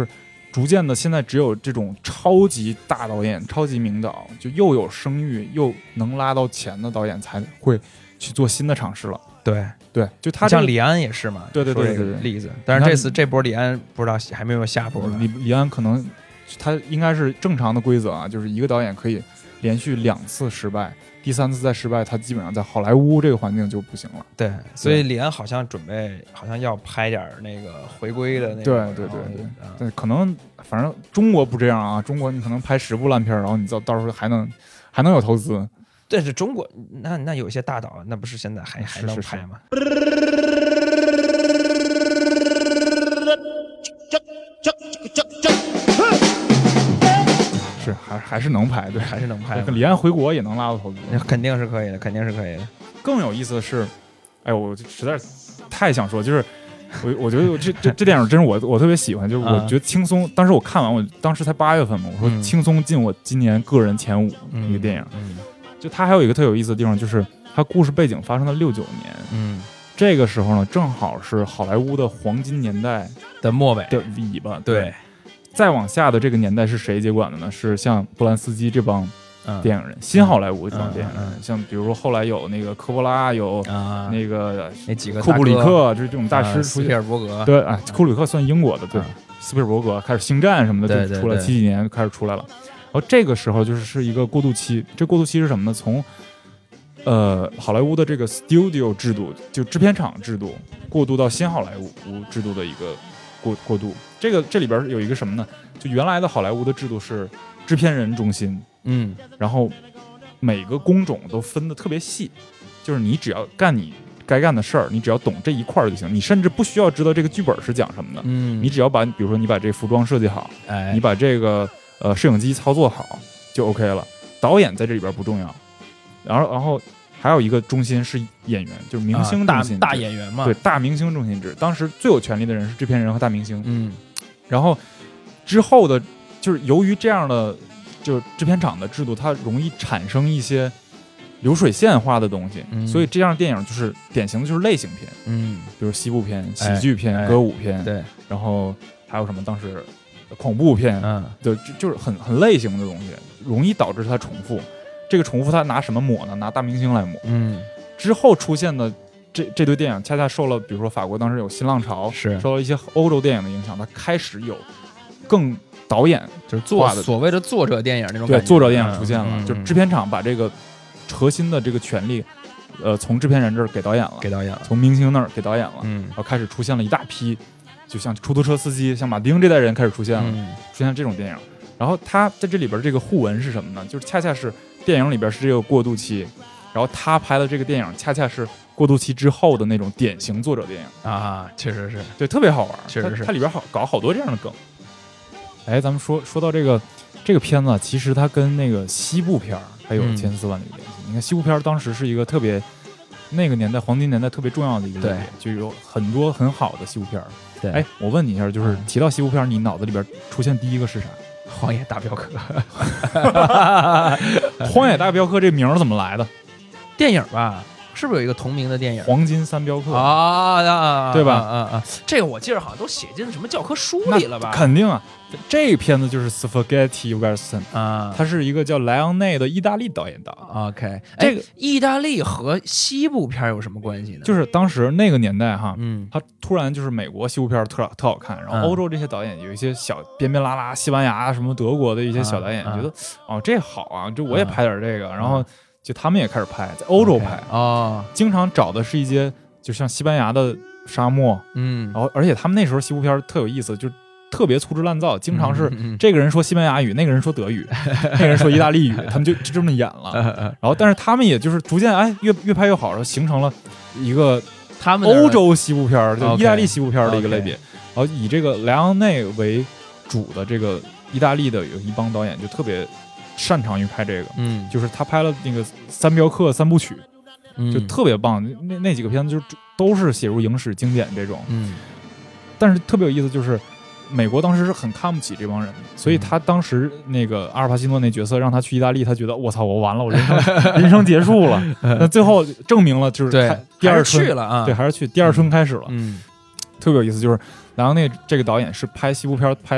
逐渐的现在只有这种超级大导演、超级名导，就又有声誉又能拉到钱的导演才会去做新的尝试了。对，就他像李安也是嘛， 对例子。但是这波李安不知道还没有下波了。 李安可能他应该是正常的规则啊，就是一个导演可以连续2次失败，第3次再失败，他基本上在好莱坞这个环境就不行了。 对，所以李安好像准备要拍点那个回归的那个。 对，可能反正中国不这样啊，中国你可能拍10部烂片，然后你到时候还能有投资。 对，是中国那有些大导，那不是现在还能拍吗？ 是还是能拍，对， 还是能拍。 李安回国也能拉到投资， 肯定是可以的。 更有意思的是，哎，我实在是太想说，就是我觉得这电影真是我特别喜欢，就是我觉得轻松。当时我看完，我当时才8月份嘛，我说轻松进我今年个人前5一个电影。就它还有一个特有意思的地方，就是它故事背景发生在69年，这个时候呢，正好是好莱坞的黄金年代的末尾的尾巴。对，再往下的这个年代是谁接管的呢？是像波兰斯基这帮电影人，新好莱坞这帮电影人，像比如说后来有那个科波拉，有那个那几个库布里克，就是这种大师出现。 斯皮尔伯格， 对啊，库布里克算英国的，对，斯皮尔伯格开始星战什么的就出来，70几年开始出来了。然后这个时候是一个过渡期，这过渡期是什么呢？从好莱坞的这个 studio 制度，就制片厂制度，过渡到新好莱坞制度的一个过渡。这里边有一个什么呢？就原来的好莱坞的制度是制片人中心，然后每个工种都分得特别细，就是你只要干你该干的事儿，你只要懂这一块就行，你甚至不需要知道这个剧本是讲什么的，你只要比如说你把这服装设计好，你把这个摄影机操作好就 OK 了，导演在这里边不重要。然后还有一个中心是演员，就是明星中心， 大演员嘛， 对，大明星中心制。当时最有权力的人是制片人和大明星，然后之后的，就是由于这样的就制片厂的制度，它容易产生一些流水线化的东西，所以这样的电影就是典型的就是类型片，比如西部片、喜剧片、歌舞片， 对， 然后还有什么当时恐怖片，对，就是很类型的东西，容易导致它重复。这个重复它拿什么抹呢？拿大明星来抹。之后出现的这堆电影恰恰受了，比如说法国当时有新浪潮， 是受了一些欧洲电影的影响，它开始有更导演就是所谓的作者电影那种感觉， 对，作者电影出现了，就制片厂把这个核心的这个权利，从制片人这儿给导演了，从明星那儿给导演了，然后开始出现了一大批，就像出租车司机，像马丁这代人开始出现了，出现这种电影。然后他在这里边这个互文是什么呢？就是恰恰是电影里边是这个过渡期，然后他拍的这个电影恰恰是过渡期之后的那种典型作者电影啊，确实是， 对，特别好玩， 确实是， 它里边搞好多这样的梗。哎，咱们说到这个片子，其实它跟那个西部片还有千丝万缕联系。你看西部片当时是一个特别那个年代黄金年代特别重要的一个类别，就有很多很好的西部片。 对， 哎，我问你一下，就是提到西部片，你脑子里边出现第一个是啥？ 荒野大镖客。 荒野大镖客这名怎么来的？ 电影吧，是不是有一个同名的电影？ 黄金三镖客对吧？ 这个我记得好像都写进什么教科书里了吧？ 肯定啊，这片子就是 Spaghetti Western 啊，它是一个叫莱昂内的意大利导演导。 OK， 这个意大利和西部片有什么关系呢？ 就是当时那个年代哈，他突然就是美国西部片特好看，然后欧洲这些导演有一些小边边拉拉，西班牙什么德国的一些小导演觉得哦这好啊，这我也拍点这个，然后就他们也开始拍，在欧洲拍经常找的是一些就像西班牙的沙漠，然后而且他们那时候西部片特有意思，就特别粗制滥造，经常是这个人说西班牙语，那个人说德语，那个人说意大利语，他们就这么演了。然后，但是他们也就是逐渐越拍越好，然后形成了一个他们欧洲西部片，就意大利西部片的一个类别。然后以这个莱昂内为主的这个意大利的有一帮导演就特别擅长于拍这个，就是他拍了那个三镖客三部曲，就特别棒。那几个片子就都是写入影史经典这种，但是特别有意思就是。美国当时是很看不起这帮人，所以他当时那个阿尔帕西诺那角色让他去意大利，他觉得我操，我完了，我人生结束了。那最后证明了，就是第二春去了啊， 对，还是去第二春开始了。特别有意思，就是莱昂内这个导演是拍西部片拍的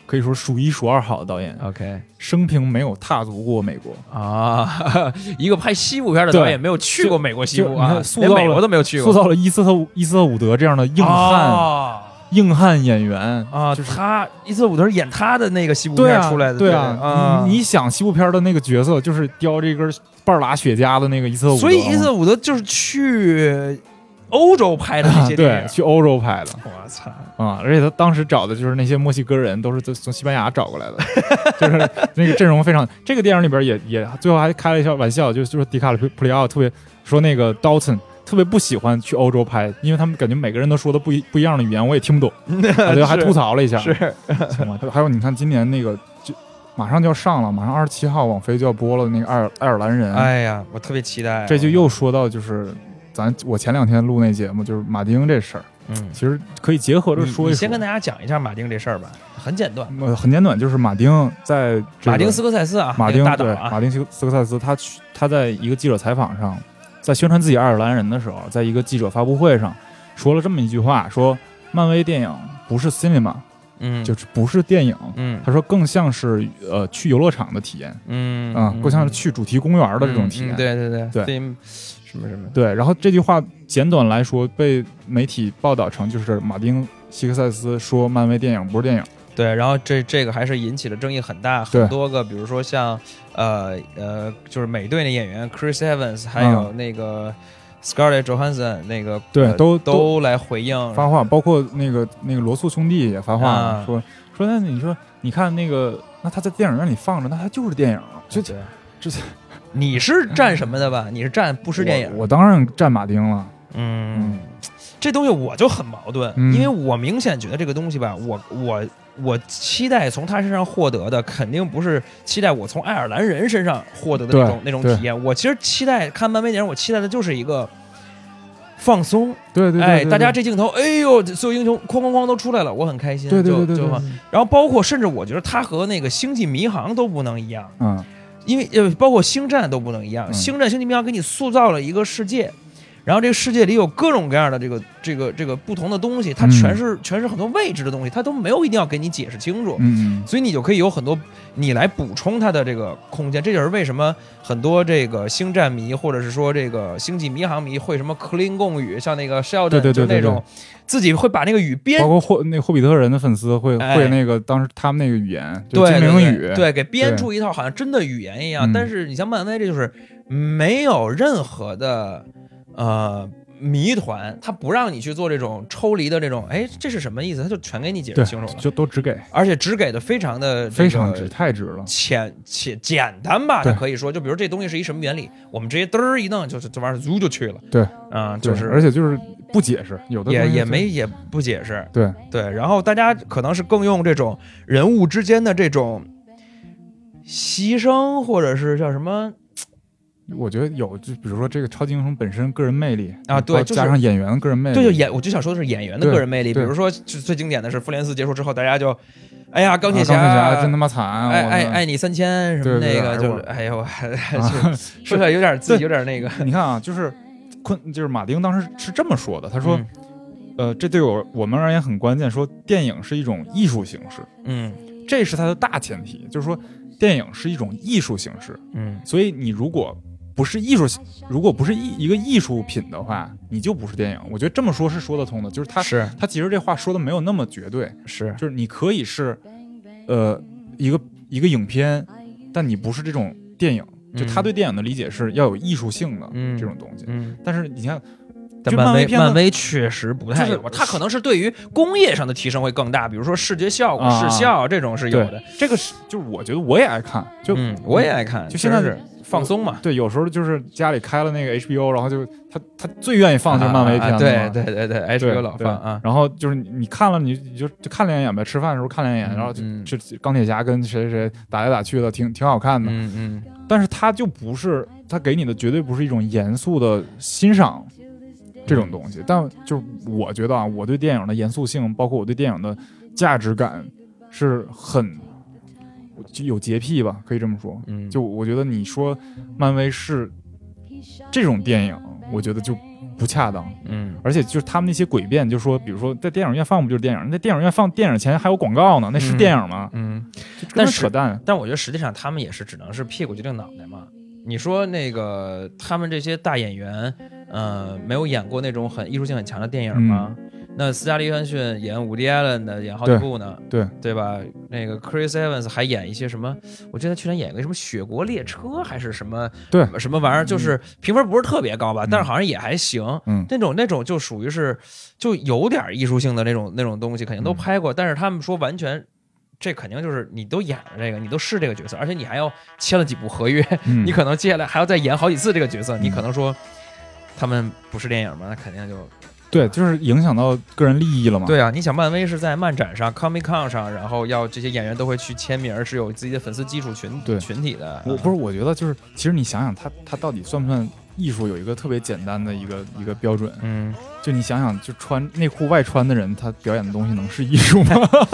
可以说数一数二好的导演。 OK， 生平没有踏足过美国啊，一个拍西部片的导演没有去过美国西部啊， 连美国都没有去过， 塑造了伊斯特伍德这样的硬汉演员啊，就是他伊斯特伍德演他的那个西部片出来的， 对啊，你想西部片的那个角色就是叼这根半拉雪茄的那个伊斯特伍德， 所以伊斯特伍德就是去欧洲拍的那些电影， 对，去欧洲拍的。 我操啊！而且他当时找的就是那些墨西哥人，都是从西班牙找过来的，就是那个阵容非常。这个电影里边也最后还开了一小玩笑，就是迪卡普里奥特别说那个 Dalton 特别不喜欢去欧洲拍，因为他们感觉每个人都说的不一样的语言，我也听不懂，还吐槽了一下。 是， 还有你看今年那个就马上就要上了，马上27号网飞就要播了那个爱尔兰人。 哎呀，我特别期待。 这就又说到就是我前2天录那节目就是马丁这事儿。其实可以结合着说一说。 你先跟大家讲一下马丁这事儿吧，很简短。 很简短，就是马丁在马丁斯科塞斯啊， 马丁大导啊， 马丁斯科塞斯，他在一个记者采访上，在宣传自己爱尔兰人的时候，在一个记者发布会上说了这么一句话，说漫威电影不是 cinema， 就是不是电影，他说更像是去游乐场的体验，更像是去主题公园的这种体验， 对。什么对，然后这句话简短来说被媒体报道成就是马丁希克塞斯说漫威电影不是电影。 对，然后这个还是引起了争议很大，很多个比如说像就是美队的演员 Chris Evans 还有那个 Scarlett Johansson 那个对都来回应发话，包括那个罗素兄弟也发话说那你说你看那个那他在电影院里放着，那他就是电影，这你是站什么的吧？你是站不是电影？ 我当然站马丁了。 这东西我就很矛盾，因为我明显觉得这个东西吧，我期待从他身上获得的，肯定不是期待我从爱尔兰人身上获得的那种体验。我其实期待看漫威电影，我期待的就是一个放松。 对， 大家这镜头，哎呦，所有英雄哐哐哐都出来了，我很开心。 对。 然后包括甚至我觉得他和那个星际迷航都不能一样。因为包括星战都不能一样，星战星际迷航给你塑造了一个世界，然后这个世界里有各种各样的这个不同的东西，它全是很多未知的东西，它都没有一定要给你解释清楚，所以你就可以有很多你来补充它的这个空间。这就是为什么很多这个星战迷或者是说这个星际迷航迷会什么克林贡语，像那个 Sheldon 就那种自己会把那个语编， 包括那霍比特人的粉丝会那个当时他们那个语言， 对精灵语， 对，给编出一套好像真的语言一样。但是你像漫威，这就是没有任何的谜团，他不让你去做这种抽离的这种，这是什么意思？他就全给你解释清楚了， 就都只给， 而且只给的非常的非常直，太直了， 且简单吧？他可以说，就比如这东西是一什么原理，我们直接嘚儿一弄，就这玩意儿租就去了。 对， 就是而且就是不解释，有的也不解释。 对， 然后大家可能是更用这种人物之间的这种牺牲，或者是叫什么？ 我觉得有，就比如说这个超级英雄本身个人魅力啊，对， 加上演员的个人魅力， 对，我就想说的是演员的个人魅力。比如说最经典的是复联4结束之后，大家就，哎呀，钢铁侠真他妈惨， 爱你3000什么那个，就哎呦，说起来有点自己有点那个。 你看啊，就是马丁当时是这么说的，他说，这对我们而言很关键，说电影是一种艺术形式，这是它的大前提，就是说电影是一种艺术形式，所以你如果不是艺术，如果不是一个艺术品的话，你就不是电影。我觉得这么说是说得通的，就是他其实这话说的没有那么绝对，就是你可以是一个影片，但你不是这种电影。就他对电影的理解是要有艺术性的这种东西，但是你看。 但漫威确实不太有，它可能是对于工业上的提升会更大，比如说视觉效果、视效这种是有的。 这个是就是我觉得我也爱看， 我也爱看， 就现在是放松嘛。 对，有时候就是家里开了那个 HBO， 然后就他最愿意放就是漫威片子嘛。 对 HBO 老放啊。 然后就是你看了你就看两眼呗，吃饭的时候看两眼，然后就钢铁侠跟谁打来打去的，挺好看的。但是他就不是，他给你的绝对不是一种严肃的欣赏。这种东西，但就是我觉得啊，我对电影的严肃性，包括我对电影的价值感，是很就有洁癖吧，可以这么说。就我觉得你说漫威是这种电影， 我觉得就不恰当。而且就是他们那些诡辩，就说比如说在电影院放不就是电影，在电影院放电影前还有广告呢，那是电影吗？ 但扯淡。 但我觉得实际上他们也是只能是屁股决定脑袋嘛。你说那个他们这些大演员，没有演过那种很艺术性很强的电影吗？那斯嘉丽·约翰逊演伍迪·艾伦的演好几部呢，对吧？那个 Chris Evans 还演一些什么？我记得他去年演一个什么《雪国列车》还是什么什么玩意儿，就是评分不是特别高吧，但是好像也还行。那种就属于是就有点艺术性的那种东西，肯定都拍过。但是他们说完全。这肯定就是你都演了这个，你都是这个角色，而且你还要签了几部合约，你可能接下来还要再演好几次这个角色，你可能说他们不是电影吗？那肯定就对，就是影响到个人利益了嘛。 对啊，你想漫威是在漫展上 Comic Con 上，然后要这些演员都会去签名，是有自己的粉丝基础群体的。 我觉得就是其实你想想他到底算不算艺术，有一个特别简单的一个标准。就你想想，就穿内裤外穿的人，他表演的东西能是艺术吗？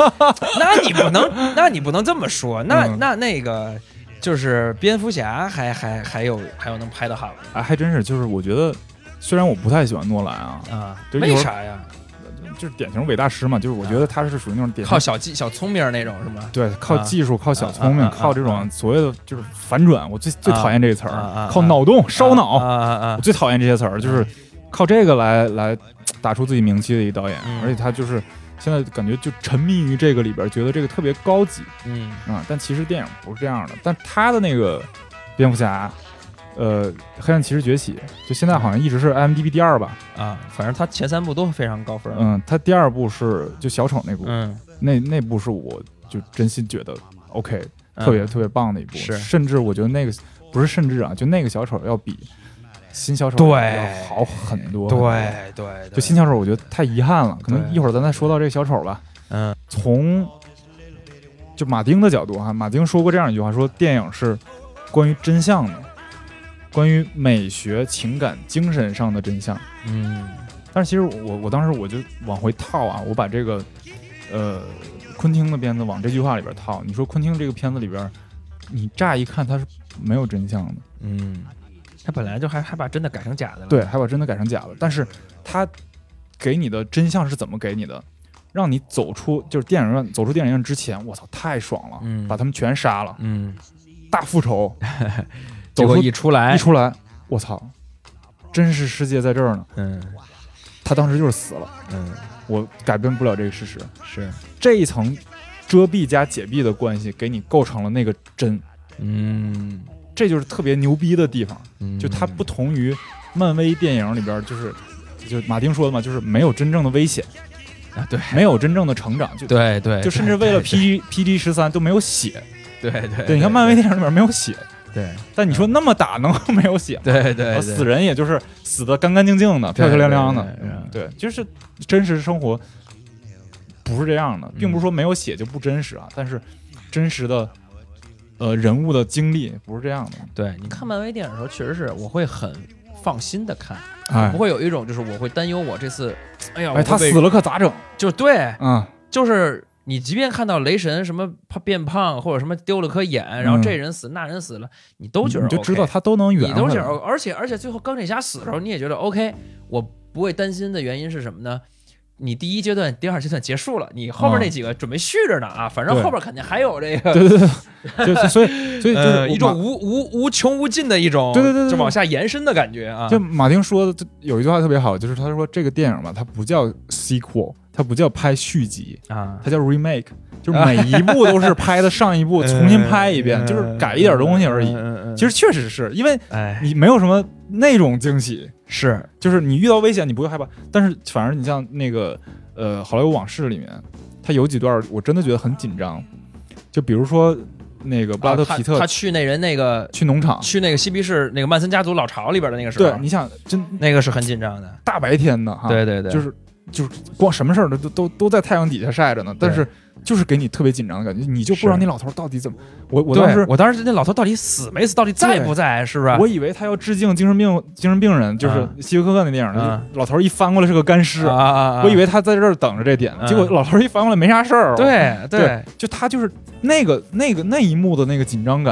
那你不能这么说。那个就是蝙蝠侠还有能拍得好的。 还真是。就是我觉得，虽然我不太喜欢诺兰啊， 为啥呀？ 就是典型伟大师嘛，就是我觉得他是属于那种典型靠小聪明那种是吗？ 对，靠技术，靠小聪明，靠这种所谓的就是反转。我最讨厌这个词儿，靠脑洞烧脑。我最讨厌这些词儿，就是靠这个来打出自己名气的一个导演。而且他就是现在感觉就沉迷于这个里边，觉得这个特别高级。但其实电影不是这样的。但他的那个蝙蝠侠。黑暗骑士崛起就现在好像一直是 IMDB 第2吧。 反正他前3部都非常高分。 他第2部是就小丑那部。那部是我就真心觉得 OK， 特别特别棒的一部。甚至我觉得那个不是甚至啊，就那个小丑要比新小丑要好很多。 对， 就新小丑我觉得太遗憾了，可能一会儿咱再说到这个小丑吧。从就马丁的角度哈，马丁说过这样一句话，说电影是关于真相的。关于美学、情感、精神上的真相。但是其实我当时我就往回套啊，我把这个昆汀的片子往这句话里边套。你说昆汀这个片子里边，你乍一看它是没有真相的。 他本来就还把真的改成假的了。 对，还把真的改成假的。但是他给你的真相是怎么给你的？让你走出电影院之前，我操，太爽了！把他们全杀了。大复仇。 结果一出来， 我操，真实世界在这儿呢。他当时就是死了。我改变不了这个事实。 是这一层遮蔽加解蔽的关系，给你构成了那个真。这就是特别牛逼的地方。就它不同于漫威电影里边，就马丁说的嘛，就是没有真正的危险啊，对， 没有真正的成长。 对， 就甚至为了 PG-13都没有血。 对， 你看漫威电影里边没有血。 对， 但你说那么打能没有血？ 对， 死人也就是死得干干净净的、漂漂亮亮的。对，就是真实生活不是这样的，并不是说没有血就不真实啊。但是真实的人物的经历不是这样的。 对，你看漫威电影的时候，确实是我会很放心的看，不会有一种就是我会担忧我这次， 他死了可咋整？ 就对，就是。你即便看到雷神什么变胖或者什么丢了颗眼，然后这人死那人死了，你都觉得 OK， 你就知道他都能圆， 你都觉得 OK， 而且最后钢铁侠死的时候，你也觉得 OK。我不会担心的原因是什么呢？你第1阶段、第2阶段结束了，你后面那几个准备续着呢啊，反正后边肯定还有这个。 对，所以就是一种无穷无尽的一种， 对， 就往下延伸的感觉啊。 就马丁说的有一句话特别好，就是他说这个电影嘛，它不叫 sequel。它不叫拍续集啊， 它叫 remake， 就是每一部都是拍的上一部重新拍一遍，就是改一点东西而已。其实确实是因为你没有什么那种惊喜，就是你遇到危险你不会害怕，但是反而你像那个好莱坞往事里面，它有几段我真的觉得很紧张，就比如说那个布拉德皮特， 他去那人那个去农场， 去那个西比士那个曼森家族老巢里边的那个时候， 对，你想真那个是很紧张的， 大白天的哈， 对， 就是光什么事儿都在太阳底下晒着呢，但是就是给你特别紧张的感觉，你就不知道那老头到底怎么。我当时那老头到底死没死，到底在不在，是不是？ 我以为他要致敬精神病人，就是希区柯克那电影，老头一翻过来是个干尸，我以为他在这儿等着这点，结果老头一翻过来没啥事儿。 对， 就他就是那一幕的那个紧张感，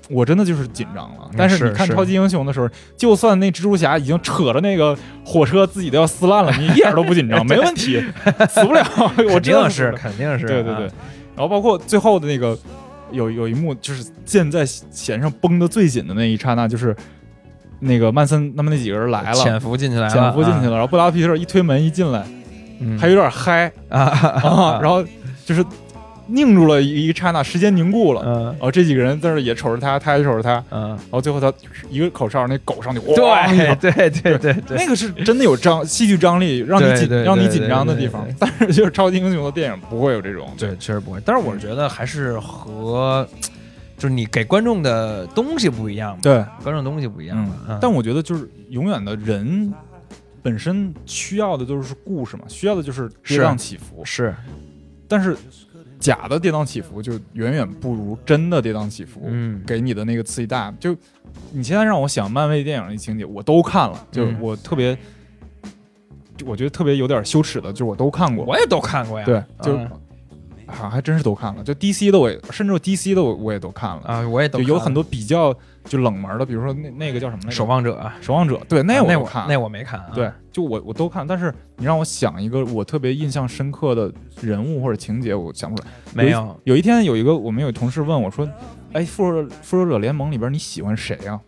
我真的就是紧张了。但是你看超级英雄的时候，就算那蜘蛛侠已经扯着那个火车自己都要撕烂了，你一点都不紧张，没问题，死不了。我知道肯定是， 对。然后包括最后的那个有一幕，就是箭在弦上绷得最紧的那一刹那，就是那个曼森他们那几个人来了， 潜伏进去了， 然后布拉皮特一推门一进来，还有点嗨然后就是凝住了一刹那，时间凝固了。然后这几个人在那也瞅着他，他也瞅着他。然后最后他一个口哨，那狗上去， 对， 那个是真的有戏剧张力，让你紧张的地方。但是就是超级英雄的电影不会有这种， 对，确实不会。但是我觉得还是和就是你给观众的东西不一样嘛， 对， 观众东西不一样嘛。 但我觉得就是永远的人本身需要的就是故事嘛，需要的就是跌宕起伏。 是， 但是假的跌宕起伏就远远不如真的跌宕起伏给你的那个刺激大。就你现在让我想漫威电影的情节我都看了，就我特别我觉得特别有点羞耻的，就是我都看过。 我也都看过呀。 对，就还真是都看了。就 DC 的甚至 DC 的我也都看了啊，我也都看了。 就有很多比较就冷门的，比如说那个叫什么来着？ 守望者， 对，那我看， 那我没看。 对，就我都看，但是你让我想一个我特别印象深刻的人物或者情节，我想不出来。 没有。 有一天我们有同事问我说：“哎，复仇者联盟里边你喜欢谁啊？”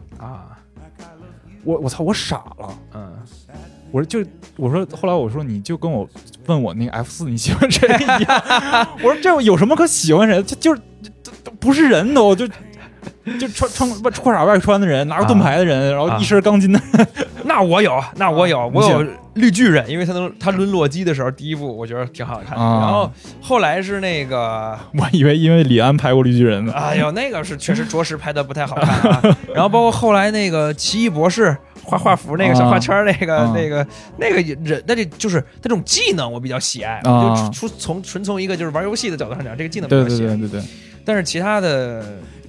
我操，我傻了。我说后来我说你就跟我问我那个 F4你喜欢谁一样。我说这有什么可喜欢谁？就是不是人都就穿裤衩外穿的人，拿着盾牌的人，然后一身钢筋的人。 那我有绿巨人，因为他抡洛基的时候第一部我觉得挺好看的。然后后来是那个， 我以为因为李安拍过绿巨人呢。 哎呦，那个是确实着实拍的不太好看啊。然后包括后来那个奇异博士画符那个小画圈那个人，那就是他这种技能我比较喜爱。就纯从一个就是玩游戏的角度上讲，这个技能比较喜爱。 对。 但是其他的，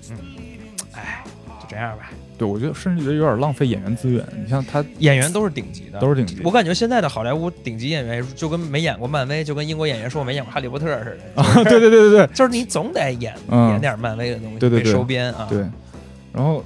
就这样吧。 对，我觉得甚至觉得有点浪费演员资源。你像他演员都是顶级的， 我感觉现在的好莱坞顶级演员就跟没演过漫威，就跟英国演员说我没演过哈利波特似的。 对， 就是你总得演点漫威的东西， 对， 收编啊。 对，然后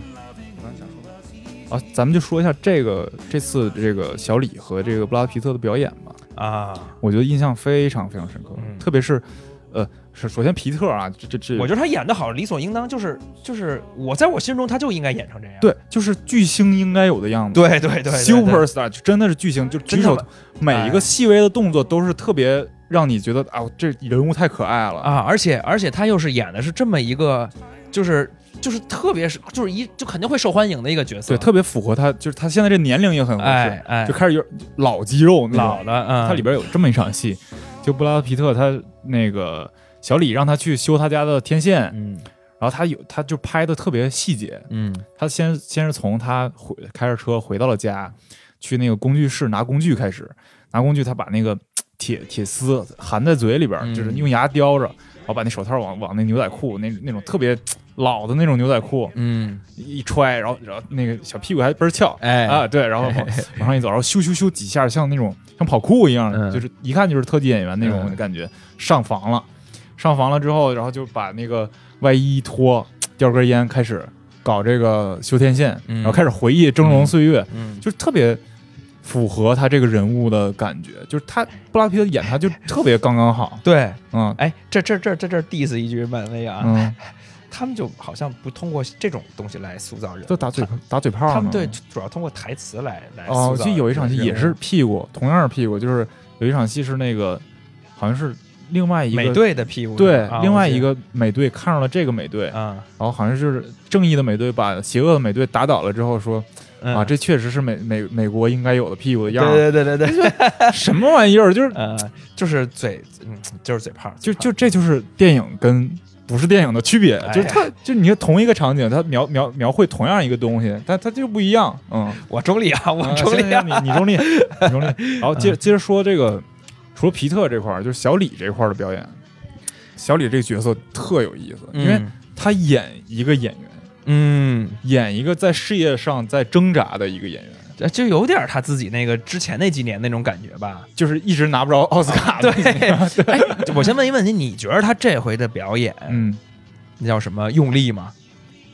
咱们就说一下这次这个小李和这个布拉皮特的表演吧。我觉得印象非常非常深刻，特别是首先皮特啊，这我觉得他演得好，理所应当，就是在我心中他就应该演成这样。 对，就是巨星应该有的样子。 对 ，Super Star 就真的是巨星，就举手每一个细微的动作都是特别让你觉得这人物太可爱了啊！而且他又是演的是这么一个，就是特别是就肯定会受欢迎的一个角色。 对，特别符合他，就是他现在这年龄也很合适，就开始有老肌肉那种老的。 他里边有这么一场戏，就布拉皮特他那个小李让他去修他家的天线，然后他就拍的特别细节，他先是从他开着车回到了家，去那个工具室拿工具开始拿工具，他把那个铁丝含在嘴里边，就是用牙叼着，然后把那手套往那牛仔裤那种特别老的那种牛仔裤，一揣，然后那个小屁股还倍儿翘，对，然后往上一走，然后咻几下，像那种像跑酷一样，就是一看就是特技演员那种感觉。上房了之后，然后就把那个外衣一脱，叼根烟，开始搞这个修天线，然后开始回忆峥嵘岁月，就是特别符合他这个人物的感觉，就是他布拉皮特演他就特别刚刚好。 对，这 diss 一句漫威啊，他们就好像不通过这种东西来塑造人， 就打嘴炮。 他们对主要通过台词来塑造。 我记得有一场戏也是屁股，同样是屁股，就是有一场戏是那个好像是另外一个美队的屁股， 对，另外一个美队看上了这个美队，然后好像就是正义的美队把邪恶的美队打倒了之后说。这确实是美国应该有的屁股的样儿。对， 什么玩意儿？ 就是嘴，就是嘴炮。 就这就是电影跟不是电影的区别，就是它就你同一个场景，它描绘同样一个东西，但它就不一样。 我中立啊，我中立啊， 你中立，你中立。然后接着说这个，除了皮特这块，就是小李这块的表演。小李这个角色特有意思，因为他演一个演员。演一个在事业上在挣扎的一个演员， 就有点他自己那个之前那几年那种感觉吧， 就是一直拿不着奥斯卡的。 对，我先问一问题，你觉得他这回的表演，那叫什么用力吗？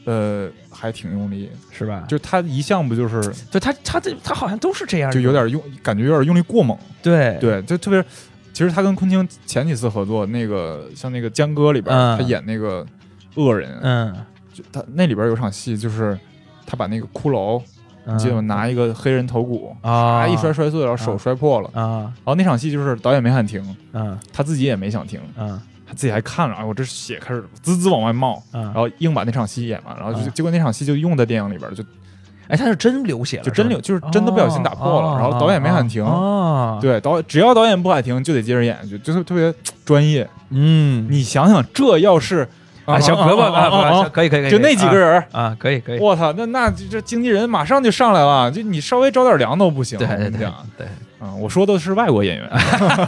还挺用力， 是吧？ 就他一向不就是， 对他好像都是这样， 就有点感觉有点用力过猛。 对， 就特别，其实他跟昆汀前几次合作，那个像那个《江歌》里边，他演那个恶人，就他那里边有场戏，就是他把那个骷髅，你记得吗？拿一个黑人头骨啊一摔碎，然后手摔破了啊。然后那场戏就是导演没喊停，他自己也没想停，他自己还看了，我这血开始滋滋往外冒，然后硬把那场戏演完，然后结果那场戏就用在电影里边，就， 他是真流血了， 就真流，就是真的不小心打破了，然后导演没喊停，对，只要导演不喊停就得接着演，就特别专业。你想想，这要是行，可以， 就那几个人啊，可以， 我操，那这经纪人马上就上来了，就你稍微着点凉都不行， 对， 我说的是外国演员，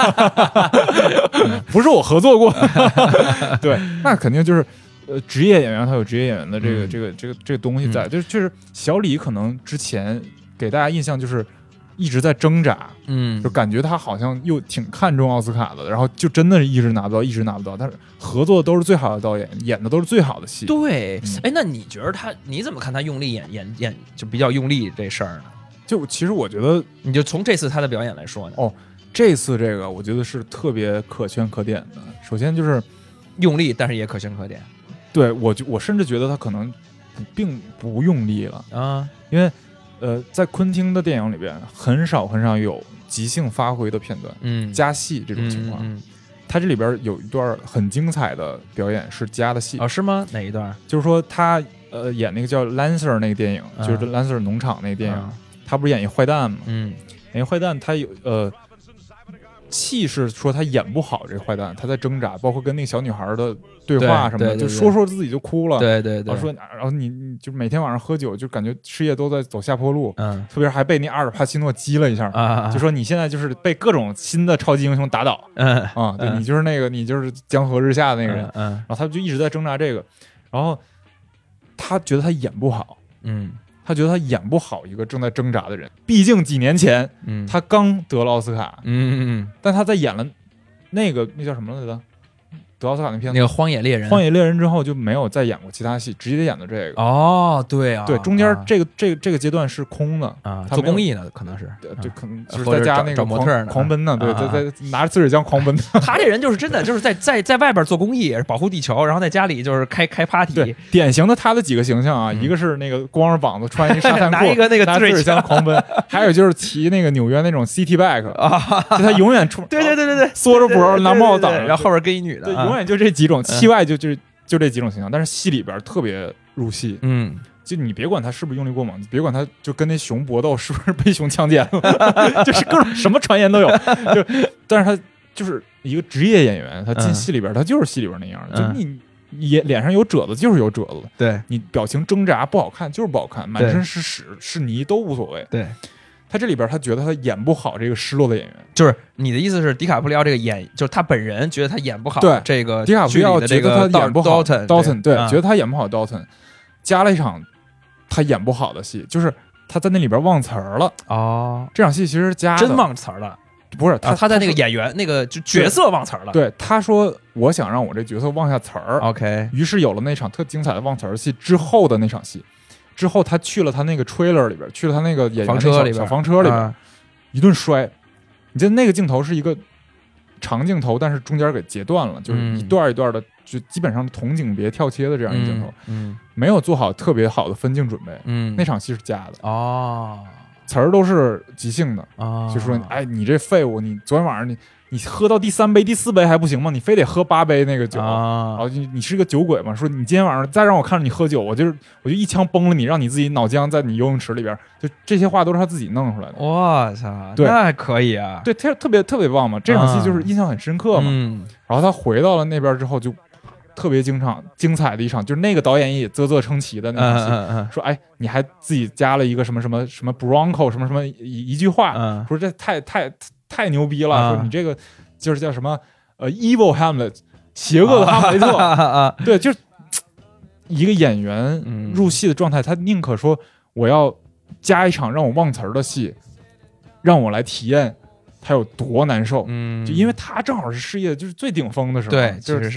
不是我合作过。对，那肯定就是职业演员，他有职业演员的这个东西在，就是小李可能之前给大家印象就是一直在挣扎，就感觉他好像又挺看重奥斯卡的，然后就真的是一直拿不到，但是合作的都是最好的导演，演的都是最好的戏。 对，那你觉得你怎么看他用力演就比较用力这事儿呢？ 就其实我觉得， 你就从这次他的表演来说呢， 这次这个我觉得是特别可圈可点的。首先就是用力，但是也可圈可点。 对，我甚至觉得他可能并不用力了啊，因为在昆汀的电影里边很少有即兴发挥的片段，加戏这种情况。他这里边有一段很精彩的表演是加的戏是吗？哪一段？ 就是说他演那个叫 Lancer 那个电影，就是 Lancer 农场那个电影。他不是演一坏蛋吗？演一坏蛋，他有气是说他演不好这个坏蛋，他在挣扎，包括跟那个小女孩的对话什么的，就说自己就哭了。 对， 然后你就每天晚上喝酒，就感觉事业都在走下坡路。特别是还被那阿尔帕西诺激了一下，就说你现在就是被各种新的超级英雄打倒。对，你就是那个，你就是江河日下的那个人。然后他就一直在挣扎这个，然后他觉得他演不好。他觉得他演不好一个正在挣扎的人，毕竟几年前，他刚得了奥斯卡，但他在演了那叫什么来着？得奥斯卡那片子， 那个《荒野猎人》 之后就没有再演过其他戏，直接演的这个。对啊， 对，中间这个阶段是空的啊，做公益呢，可能是， 对，可能就是在家那个模特狂奔呢，对，在拿着滋水枪狂奔。 他这人就是真的就是在外边做公益，保护地球，然后在家里就是开 party。 对，典型的他的几个形象啊，一个是那个光着膀子穿一沙滩裤， 拿一个那个滋水枪狂奔，还有就是骑那个纽约那种 city bike 就他永远对， 缩着脖拿帽子挡着， 然后后边跟一女的， 对，永远就这几种。戏外就这几种形象，但是戏里边特别入戏。就你别管他是不是用力过猛，你别管他就跟那熊搏斗是不是被熊强奸了，就是各种什么传言都有。但是他就是一个职业演员，他进戏里边他就是戏里边那样，就你脸上有褶子就是有褶子， 对， 你表情挣扎不好看就是不好看，满身是屎是泥都无所谓。 对。 他这里边他觉得他演不好这个失落的演员， 就是你的意思是迪卡普里奥这个就是他本人觉得他演不好， 对这个迪卡普里奥觉得他演不好 Dalton 对，觉得他演不好 Dalton， 加了一场他演不好的戏，就是他在那里边忘词儿了。这场戏其实加的真忘词儿了， 不是他在那个演员那个就角色忘词儿了。 对，他说我想让我这角色忘下词儿 ，OK， 于是有了那场特精彩的忘词儿戏之后的那场戏。之后他去了他那个 trailer 里边，去了他那个演员小房车里边，一顿摔。你记得那个镜头是一个长镜头，但是中间给截断了，就是一段一段的，就基本上同景别跳切的这样一个镜头，没有做好特别好的分镜准备。那场戏是假的词儿都是即兴的就说哎，你这废物，你昨天晚上你喝到第3杯第4杯还不行吗？你非得喝8杯那个酒然后你是个酒鬼嘛？说你今天晚上再让我看着你喝酒，我就一枪崩了你，让你自己脑浆在你游泳池里边。就这些话都是他自己弄出来的。 我操， 对， 那还可以啊。 对，他特别棒嘛。这场戏就是印象很深刻嘛。然后他回到了那边之后，就特别精彩的一场，就是那个导演也啧称奇的那场戏。说哎，你还自己加了一个什么 Bronco 什么一句话，说这太牛逼了！说你这个就是叫什么Evil Hamlet， 邪恶的哈姆雷特。对，就是一个演员入戏的状态，他宁可说我要加一场让我忘词儿的戏，让我来体验他有多难受。就因为他正好是事业就是最顶峰的时候， 对， 就是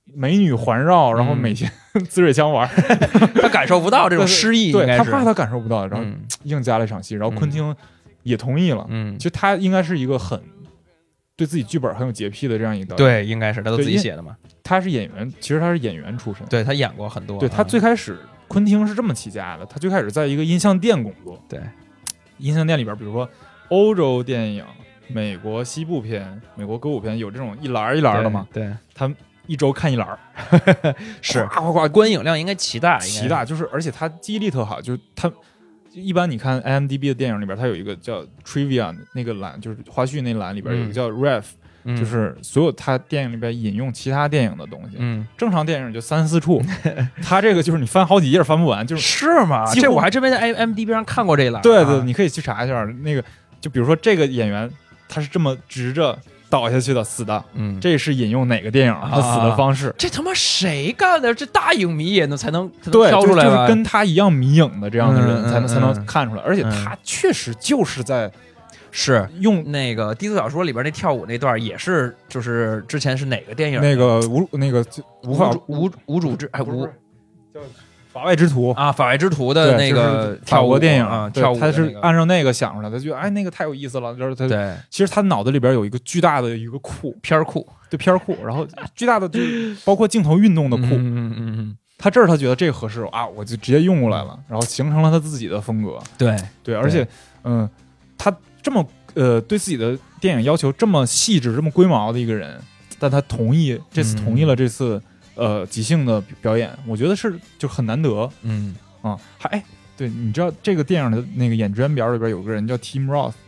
美女环绕，然后每天滋水枪玩， 他感受不到这种诗意， 对他怕他感受不到，然后硬加了一场戏，然后昆汀也同意了。其实他应该是一个很对自己剧本很有洁癖的这样一个导演，对，应该是他都自己写的嘛。 他是演员，其实他是演员出身， 对他演过很多。 对他最开始，昆汀是这么起家的，他最开始在一个音像店工作。 对， 音像店里边，比如说欧洲电影、美国西部片、美国歌舞片，有这种一栏一栏的嘛？ 对， 他一周看一栏， 是夸夸夸， 观影量应该奇大， 就是而且他记忆力特好，就是他。一般你看 IMDB 的电影里边，它有一个叫 Trivia 那个栏，就是花絮那栏里边有一个叫 Ref，就是所有他电影里边引用其他电影的东西。正常电影就3-4处，他这个就是你翻好几页翻不完， 是吗？这我还真没在 IMDB 上看过这一栏。 对对，你可以去查一下那个，就比如说这个演员他是这么直着倒下去的死的，这是引用哪个电影他死的方式？ 这他妈谁干的？这大影迷也能才能对挑出来， 就是跟他一样迷影的这样的人才能看出来，而且他确实就是在是用那个低俗小说里边那跳舞那段也是，就是之前是哪个电影？ 那个无主之叫法外之徒啊，法外之徒的那个法国电影啊，跳舞他是按照那个想出来的，他觉得那个太有意思了，就是他对， 其实他脑子里边有一个巨大的一个片库， 对片库，然后巨大的就包括镜头运动的库，他这儿他觉得这个合适啊，我就直接用过来了，然后形成了他自己的风格，对，而且他这么对自己的电影要求这么细致、这么龟毛的一个人，但他这次同意了这次。即兴的表演，我觉得是就很难得，对，你知道这个电影的那个演职员表里边有个人叫 Tim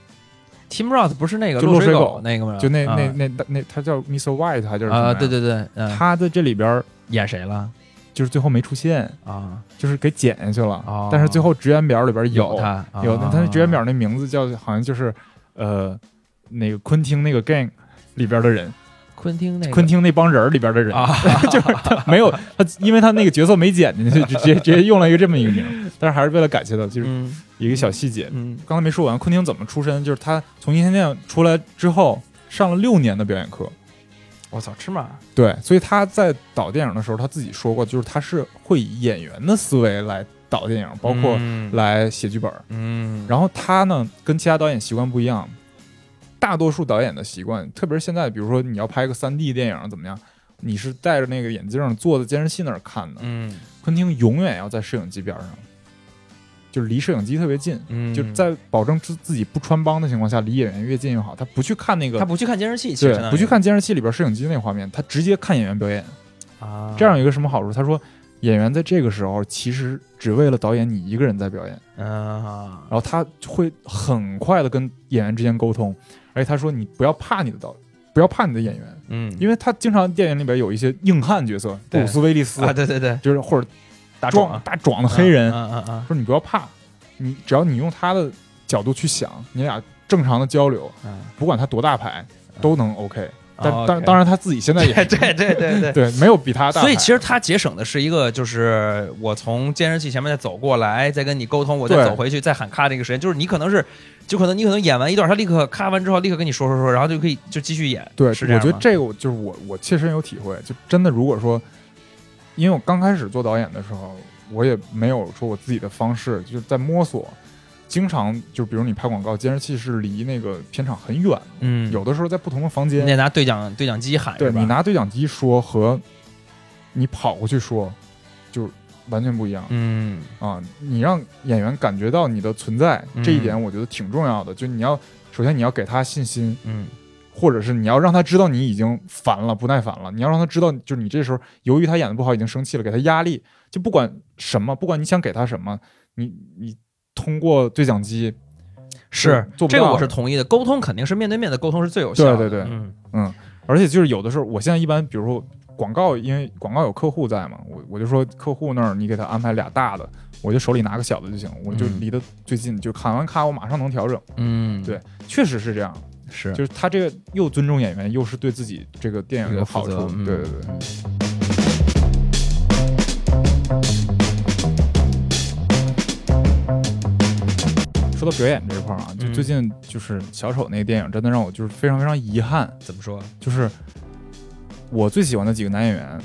Roth 不是那个落水狗那个吗？ 就那他叫 Mr. White 还是什么啊？对， 他在这里边演谁了？ 就是最后没出现啊， 就是给剪下去了，但是最后职员表里边有他， 他职员表那名字叫好像就是那个昆汀那个 gang 里边的人。 昆汀那帮人里边的人就是他没有他，因为他那个角色没剪进去，就直接用了一个这么一个名，但是还是为了感谢他，就是一个小细节。刚才没说完，昆汀怎么出身？就是他从音像店出来之后上了6年的表演课。 我操，吃嘛？ 对，所以他在导电影的时候，他自己说过，就是他是会以演员的思维来导电影，包括来写剧本。然后他呢，跟其他导演习惯不一样。大多数导演的习惯，特别是现在，比如说你要拍个3D 电影怎么样，你是戴着那个眼镜坐在监视器那儿看的。昆汀永远要在摄影机边上，就是离摄影机特别近，就在保证自己不穿帮的情况下，离演员越近越好。他不去看那个， 他不去看监视器， 对，不去看监视器里边摄影机那个画面，他直接看演员表演啊。 这样有一个什么好处？他说，演员在这个时候其实只为了导演你一个人在表演然后他会很快的跟演员之间沟通。而且他说：“你不要怕你的不要怕你的演员，因为他经常电影里边有一些硬汉角色，布鲁斯威利斯啊，对， 就是或者大壮的黑人，说你不要怕，你只要你用他的角度去想，你俩正常的交流，不管他多大牌都能 OK。当然他自己现在也对，没有比他大。 所以其实他节省的是一个，就是我从监视器前面再走过来，再跟你沟通，我再走回去，再喊咔这个时间，就是你可能你可能演完一段，他立刻咔完之后，立刻跟你说，然后就可以就继续演。 对， 是这样。 我觉得这个就是我切身有体会，就真的如果说，因为我刚开始做导演的时候，我也没有说我自己的方式，就是在摸索。经常就比如你拍广告，监视器是离那个片场很远，有的时候在不同的房间， 你得拿对讲机喊， 对，你拿对讲机说和你跑过去说，就完全不一样。你让演员感觉到你的存在，这一点我觉得挺重要的。就首先你要给他信心，或者是你要让他知道你已经烦了、不耐烦了，你要让他知道，就是你这时候由于他演的不好已经生气了，给他压力。就不管什么，不管你想给他什么，你通过对讲机是做不到， 这个我是同意的。沟通肯定是面对面的沟通是最有效的。 对，而且就是有的时候，我现在一般，比如说广告，因为广告有客户在嘛，我就说客户那儿你给他安排俩大的，我就手里拿个小的就行，我就离得最近，就喊完卡我马上能调整。对，确实是这样，就是他这个又尊重演员，又是对自己这个电影有好处。对。说到表演这一块啊，就最近就是小丑那个电影，真的让我就是非常非常遗憾。 怎么说？ 就是我最喜欢的几个男演员，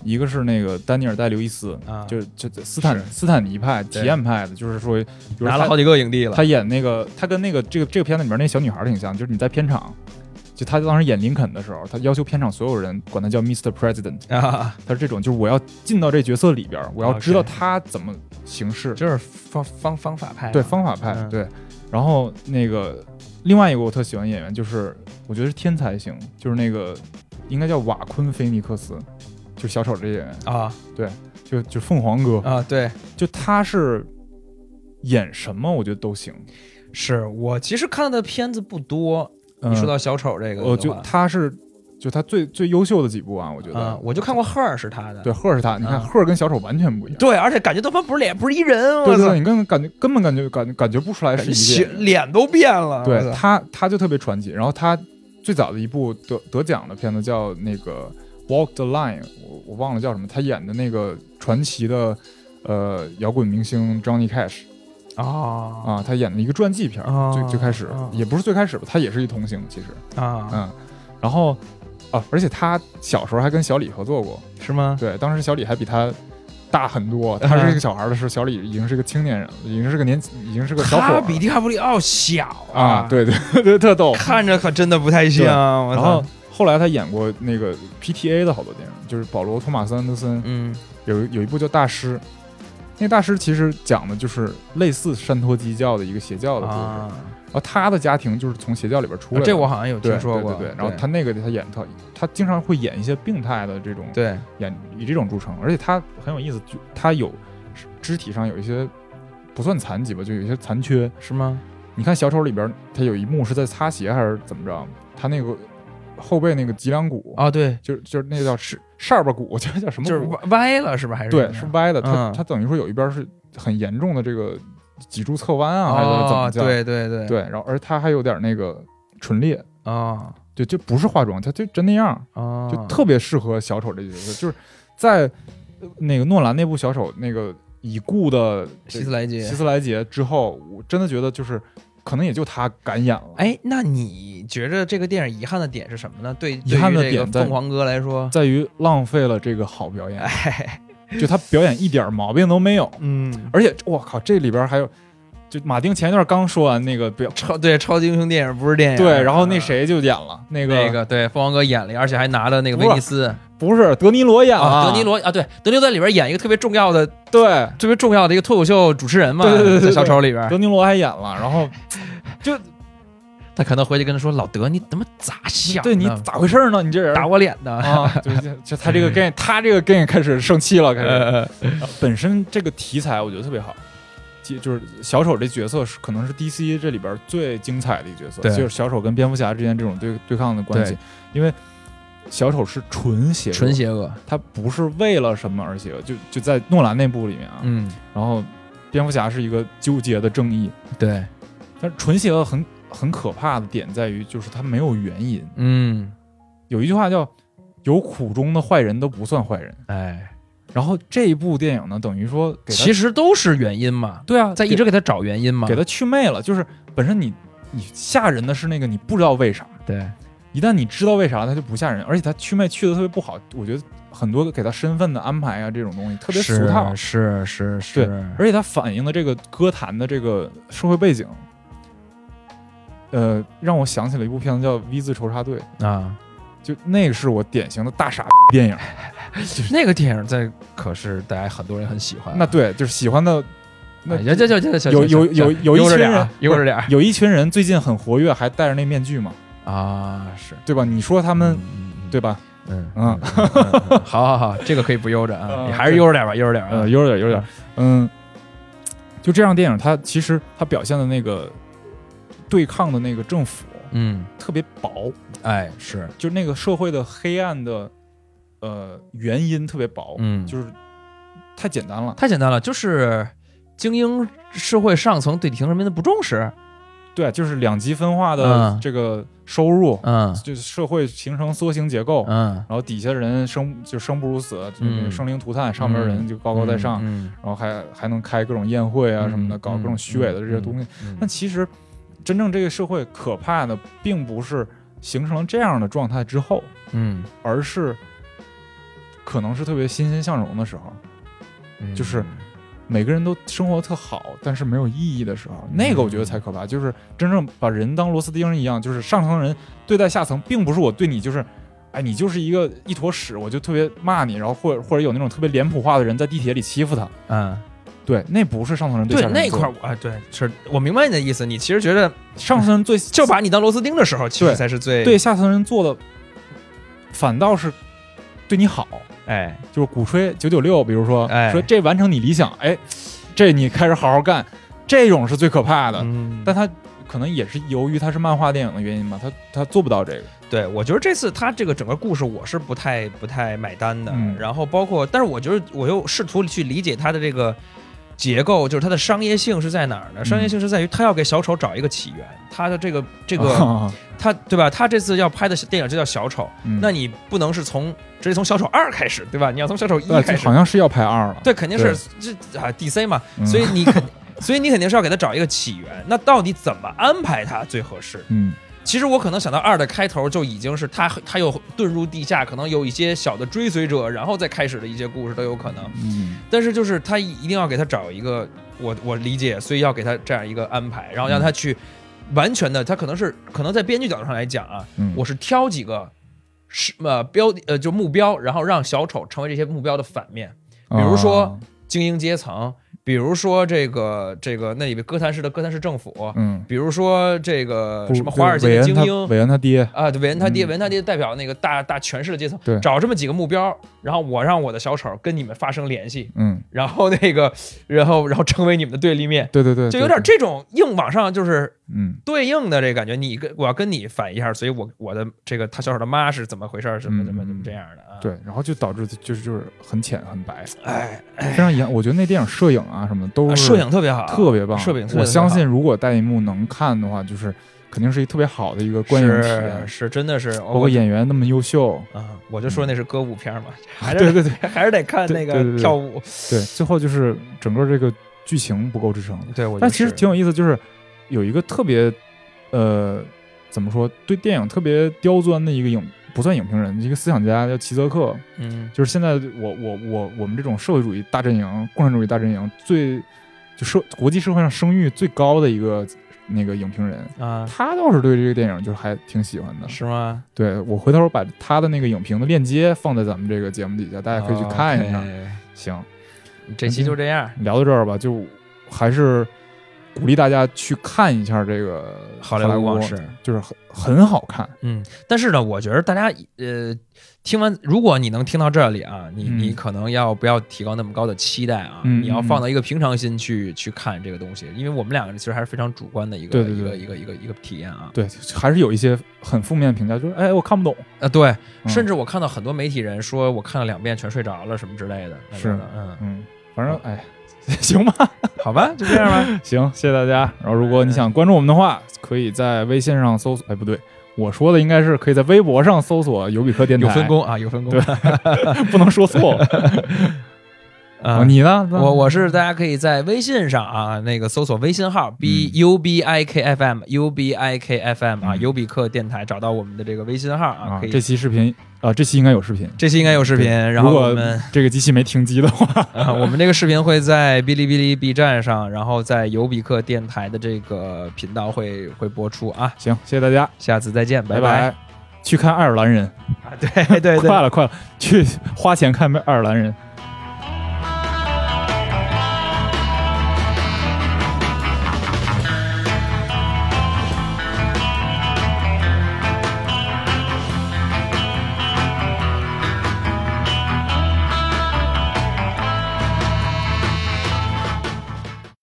一个是那个丹尼尔戴刘易斯就斯坦尼派体验派的，就是说拿了好几个影帝了。 他演那个，他跟那个这个片子里面那小女孩挺像，就是你在片场。就他当时演林肯的时候，他要求片场所有人管他叫 Mr. President 他是这种，就是我要进到这角色里边，我要知道他怎么行事， 就是方法派， 对方法派，对。然后那个另外一个我特喜欢演员，就是我觉得是天才型，就是那个应该叫瓦昆菲尼克斯，就小丑这演员啊， 对，就凤凰哥啊，对， 就他是演什么我觉得都行。 是我其实看的片子不多。你说到小丑这个， 就他是就他最优秀的几部啊，我觉得， 我就看过赫是他的， 对，赫是他，你看赫跟小丑完全不一样， 对，而且感觉对方不是脸，不是一人， 对对，你根本感觉不出来是一个脸都变了， 对他就特别传奇。然后他最早的一部得奖的片子叫那个 Walk the Line， 我忘了叫什么，他演的那个传奇的摇滚明星 Johnny Cash。他演的一个传记片，最开始也不是最开始吧，他也是一童星，其实然后而且他小时候还跟小李合作过， 是吗？ 对，当时小李还比他大很多，他是一个小孩的时候，小李已经是个青年人了，已经是个小伙。 他比迪卡普里奥小对对对，特逗， 看着可真的不太像。 然后后来他演过那个 PTA 的好多电影，就是保罗·托马斯·安德森，有一部叫《大师》。那大师其实讲的就是类似山托基教的一个邪教的故事，然后他的家庭就是从邪教里边出来的， 这我好像有听说过。 对，然后他那个他演他经常会演一些病态的这种， 对， 以这种著称，而且他很有意思，他有肢体上有一些不算残疾吧，就有一些残缺， 是吗？ 你看小丑里边，他有一幕是在擦鞋还是怎么着，他那个后背那个脊梁骨对， 就是那个叫扇巴骨，叫什么骨？ 就是歪了，是吧？还是对，是歪的。他等于说有一边是很严重的这个脊柱侧弯啊，还是怎么讲？对，然后而他还有点那个唇裂对，就不是化妆，他就真那样就特别适合小丑这角色。就是在那个诺兰那部小丑那个已故的希斯莱杰之后，我真的觉得就是可能也就他敢演了。 那你觉着这个电影遗憾的点是什么呢？对， 遗憾的点凤凰哥来说， 在于浪费了这个好表演。就他表演一点毛病都没有。而且我靠，这里边还有，就马丁前一段刚说完那个超级英雄电影不是电影， 对，然后那谁就演了那个对，凤凰哥演了，而且还拿了那个威尼斯。 不是德尼罗演了， 德尼罗对，德尼罗在里边演一个特别重要的， 对， 特别重要的一个脱口秀主持人嘛， 对， 在小丑里边， 德尼罗还演了，然后就他可能回去跟他说：“老德，你怎么咋想？ 对你咋回事呢？你这人打我脸的就他这个 game， 他这个 game 开始生气了，开始。本身这个题材我觉得特别好，就是小丑这角色可能是 DC 这里边最精彩的一个角色，就是小丑跟蝙蝠侠之间这种对抗的关系，因为小丑是纯邪恶，他不是为了什么而邪恶，就在诺兰那部里面然后蝙蝠侠是一个纠结的正义， 对， 但是纯邪恶很可怕的点在于，就是他没有原因。有一句话叫“有苦衷的坏人都不算坏人”。然后这一部电影呢，等于说其实都是原因嘛。对啊，在一直给他找原因嘛， 给他祛魅了。就是本身你吓人的是那个你不知道为啥， 对， 一旦你知道为啥，他就不吓人。而且他祛魅去的特别不好，我觉得很多给他身份的安排啊，这种东西特别俗套。 是， 对，而且他反映的这个歌坛的这个社会背景。让我想起了一部片子叫《V 字仇杀队》就那个是我典型的大傻电影， 就是那个电影可是大家很多人很喜欢。 那对，就是喜欢的，那有一群人，有一群人最近很活跃，还戴着那面具嘛？ 是对吧？你说他们对吧？ 好，这个可以不悠着啊，你还是悠着点吧，悠着点。 就这样电影，它其实它表现的那个。对抗的那个政府，特别薄， 是， 就那个社会的黑暗的，原因特别薄，就是太简单了， 就是精英社会上层对底层人民的不重视， 对，就是两极分化的这个收入，就是社会形成梭形结构，然后底下人生不如死，生灵涂炭，上面人就高高在上，然后还能开各种宴会啊什么的，搞各种虚伪的这些东西，但其实。真正这个社会可怕的并不是形成了这样的状态之后，而是可能是特别欣欣向荣的时候，就是每个人都生活特好，但是没有意义的时候，那个我觉得才可怕。就是真正把人当螺丝钉一样，就是上层人对待下层，并不是我对你就是，哎，你就是一坨屎，我就特别骂你，然后或者有那种特别脸谱化的人在地铁里欺负他，对，那不是上层人对下层人对那块对，是我明白你的意思。你其实觉得上层人就把你当螺丝钉的时候，其实才是最对下层人做的，反倒是对你好。就是鼓吹996，比如说，说这完成你理想，这你开始好好干，这种是最可怕的。但他可能也是由于他是漫画电影的原因嘛，他做不到这个。 对，我觉得这次他这个整个故事我是不太买单的。然后包括，但是我觉得我又试图去理解他的这个结构，就是它的商业性是在哪儿呢？商业性是在于他要给小丑找一个起源，他的这个他对吧？他这次要拍的电影就叫小丑，那你不能是直接从小丑2开始，对吧？你要从小丑1开始， 好像是要拍2了。 对，肯定是这DC 嘛，所以你肯定是要给他找一个起源。那到底怎么安排他最合适？其实我可能想到2的开头就已经是他又遁入地下，可能有一些小的追随者，然后再开始的一些故事都有可能。但是就是他一定要给他找一个我理解，所以要给他这样一个安排，然后让他去完全的，他可能在编剧角度上来讲啊，我是挑几个就目标，然后让小丑成为这些目标的反面，比如说精英阶层。比如说这个那里面哥谭市政府，比如说这个什么华尔街的精英， 韦恩他爹啊，对，韦恩他爹代表那个大权势的阶层，找这么几个目标，然后我让我的小丑跟你们发生联系，然后然后成为你们的对立面， 对， 就有点这种硬往上就是对应的这感觉，我要跟你反一下，所以我的这个他小丑的妈是怎么回事，怎么这样的啊？ 对，然后就导致就是很浅很白，非常遗憾。我觉得那电影摄影啊什么的都是摄影特别好， 特别棒， 摄影我相信如果大银幕能看的话，就是肯定是一个特别好的一个观影体验， 是真的是， 包括演员那么优秀啊！我就说那是歌舞片嘛， 对， 还是得看那个跳舞。 对，最后就是整个这个剧情不够支撑。 对， 但其实挺有意思，就是有一个特别怎么说，对电影特别刁钻的一个不算影评人，一个思想家叫齐泽克。就是现在我们这种社会主义大阵营、共产主义大阵营国际社会上声誉最高的一个那个影评人啊， 他倒是对这个电影就是还挺喜欢的。 是吗？ 对，我回头把他的那个影评的链接放在咱们这个节目底下，大家可以去看一下。行， 这期就这样聊到这儿吧，就还是鼓励大家去看一下这个好莱坞往事， 就是很好看。 但是呢，我觉得大家听完，如果你能听到这里啊，你可能不要提高那么高的期待啊，你要放到一个平常心去看这个东西，因为我们两个人其实还是非常主观的一个体验啊。 对，还是有一些很负面的评价，就是我看不懂对，甚至我看到很多媒体人说我看了2遍全睡着了什么之类的。 是的，反正行吧， 好吧，就这样吧。 行，谢谢大家。然后如果你想关注我们的话，可以在微信上搜索，不对，我说的应该是可以在微博上搜索尤比克电台。 有分工啊，有分工， 对，不能说错。你呢？ 我是大家可以在微信上啊，那个搜索微信号 BUBIKFM UBIKFM 啊，尤比克电台，找到我们的这个微信号啊。可以。 这期视频这期应该有视频， 然后我们这个机器没停机的话， 我们这个视频会在哔哩哔哩 B 站上，然后在尤比克电台的这个频道会播出啊。 行，谢谢大家， 下次再见， 拜拜。去看爱尔兰人啊，对， 快了，去花钱看爱尔兰人。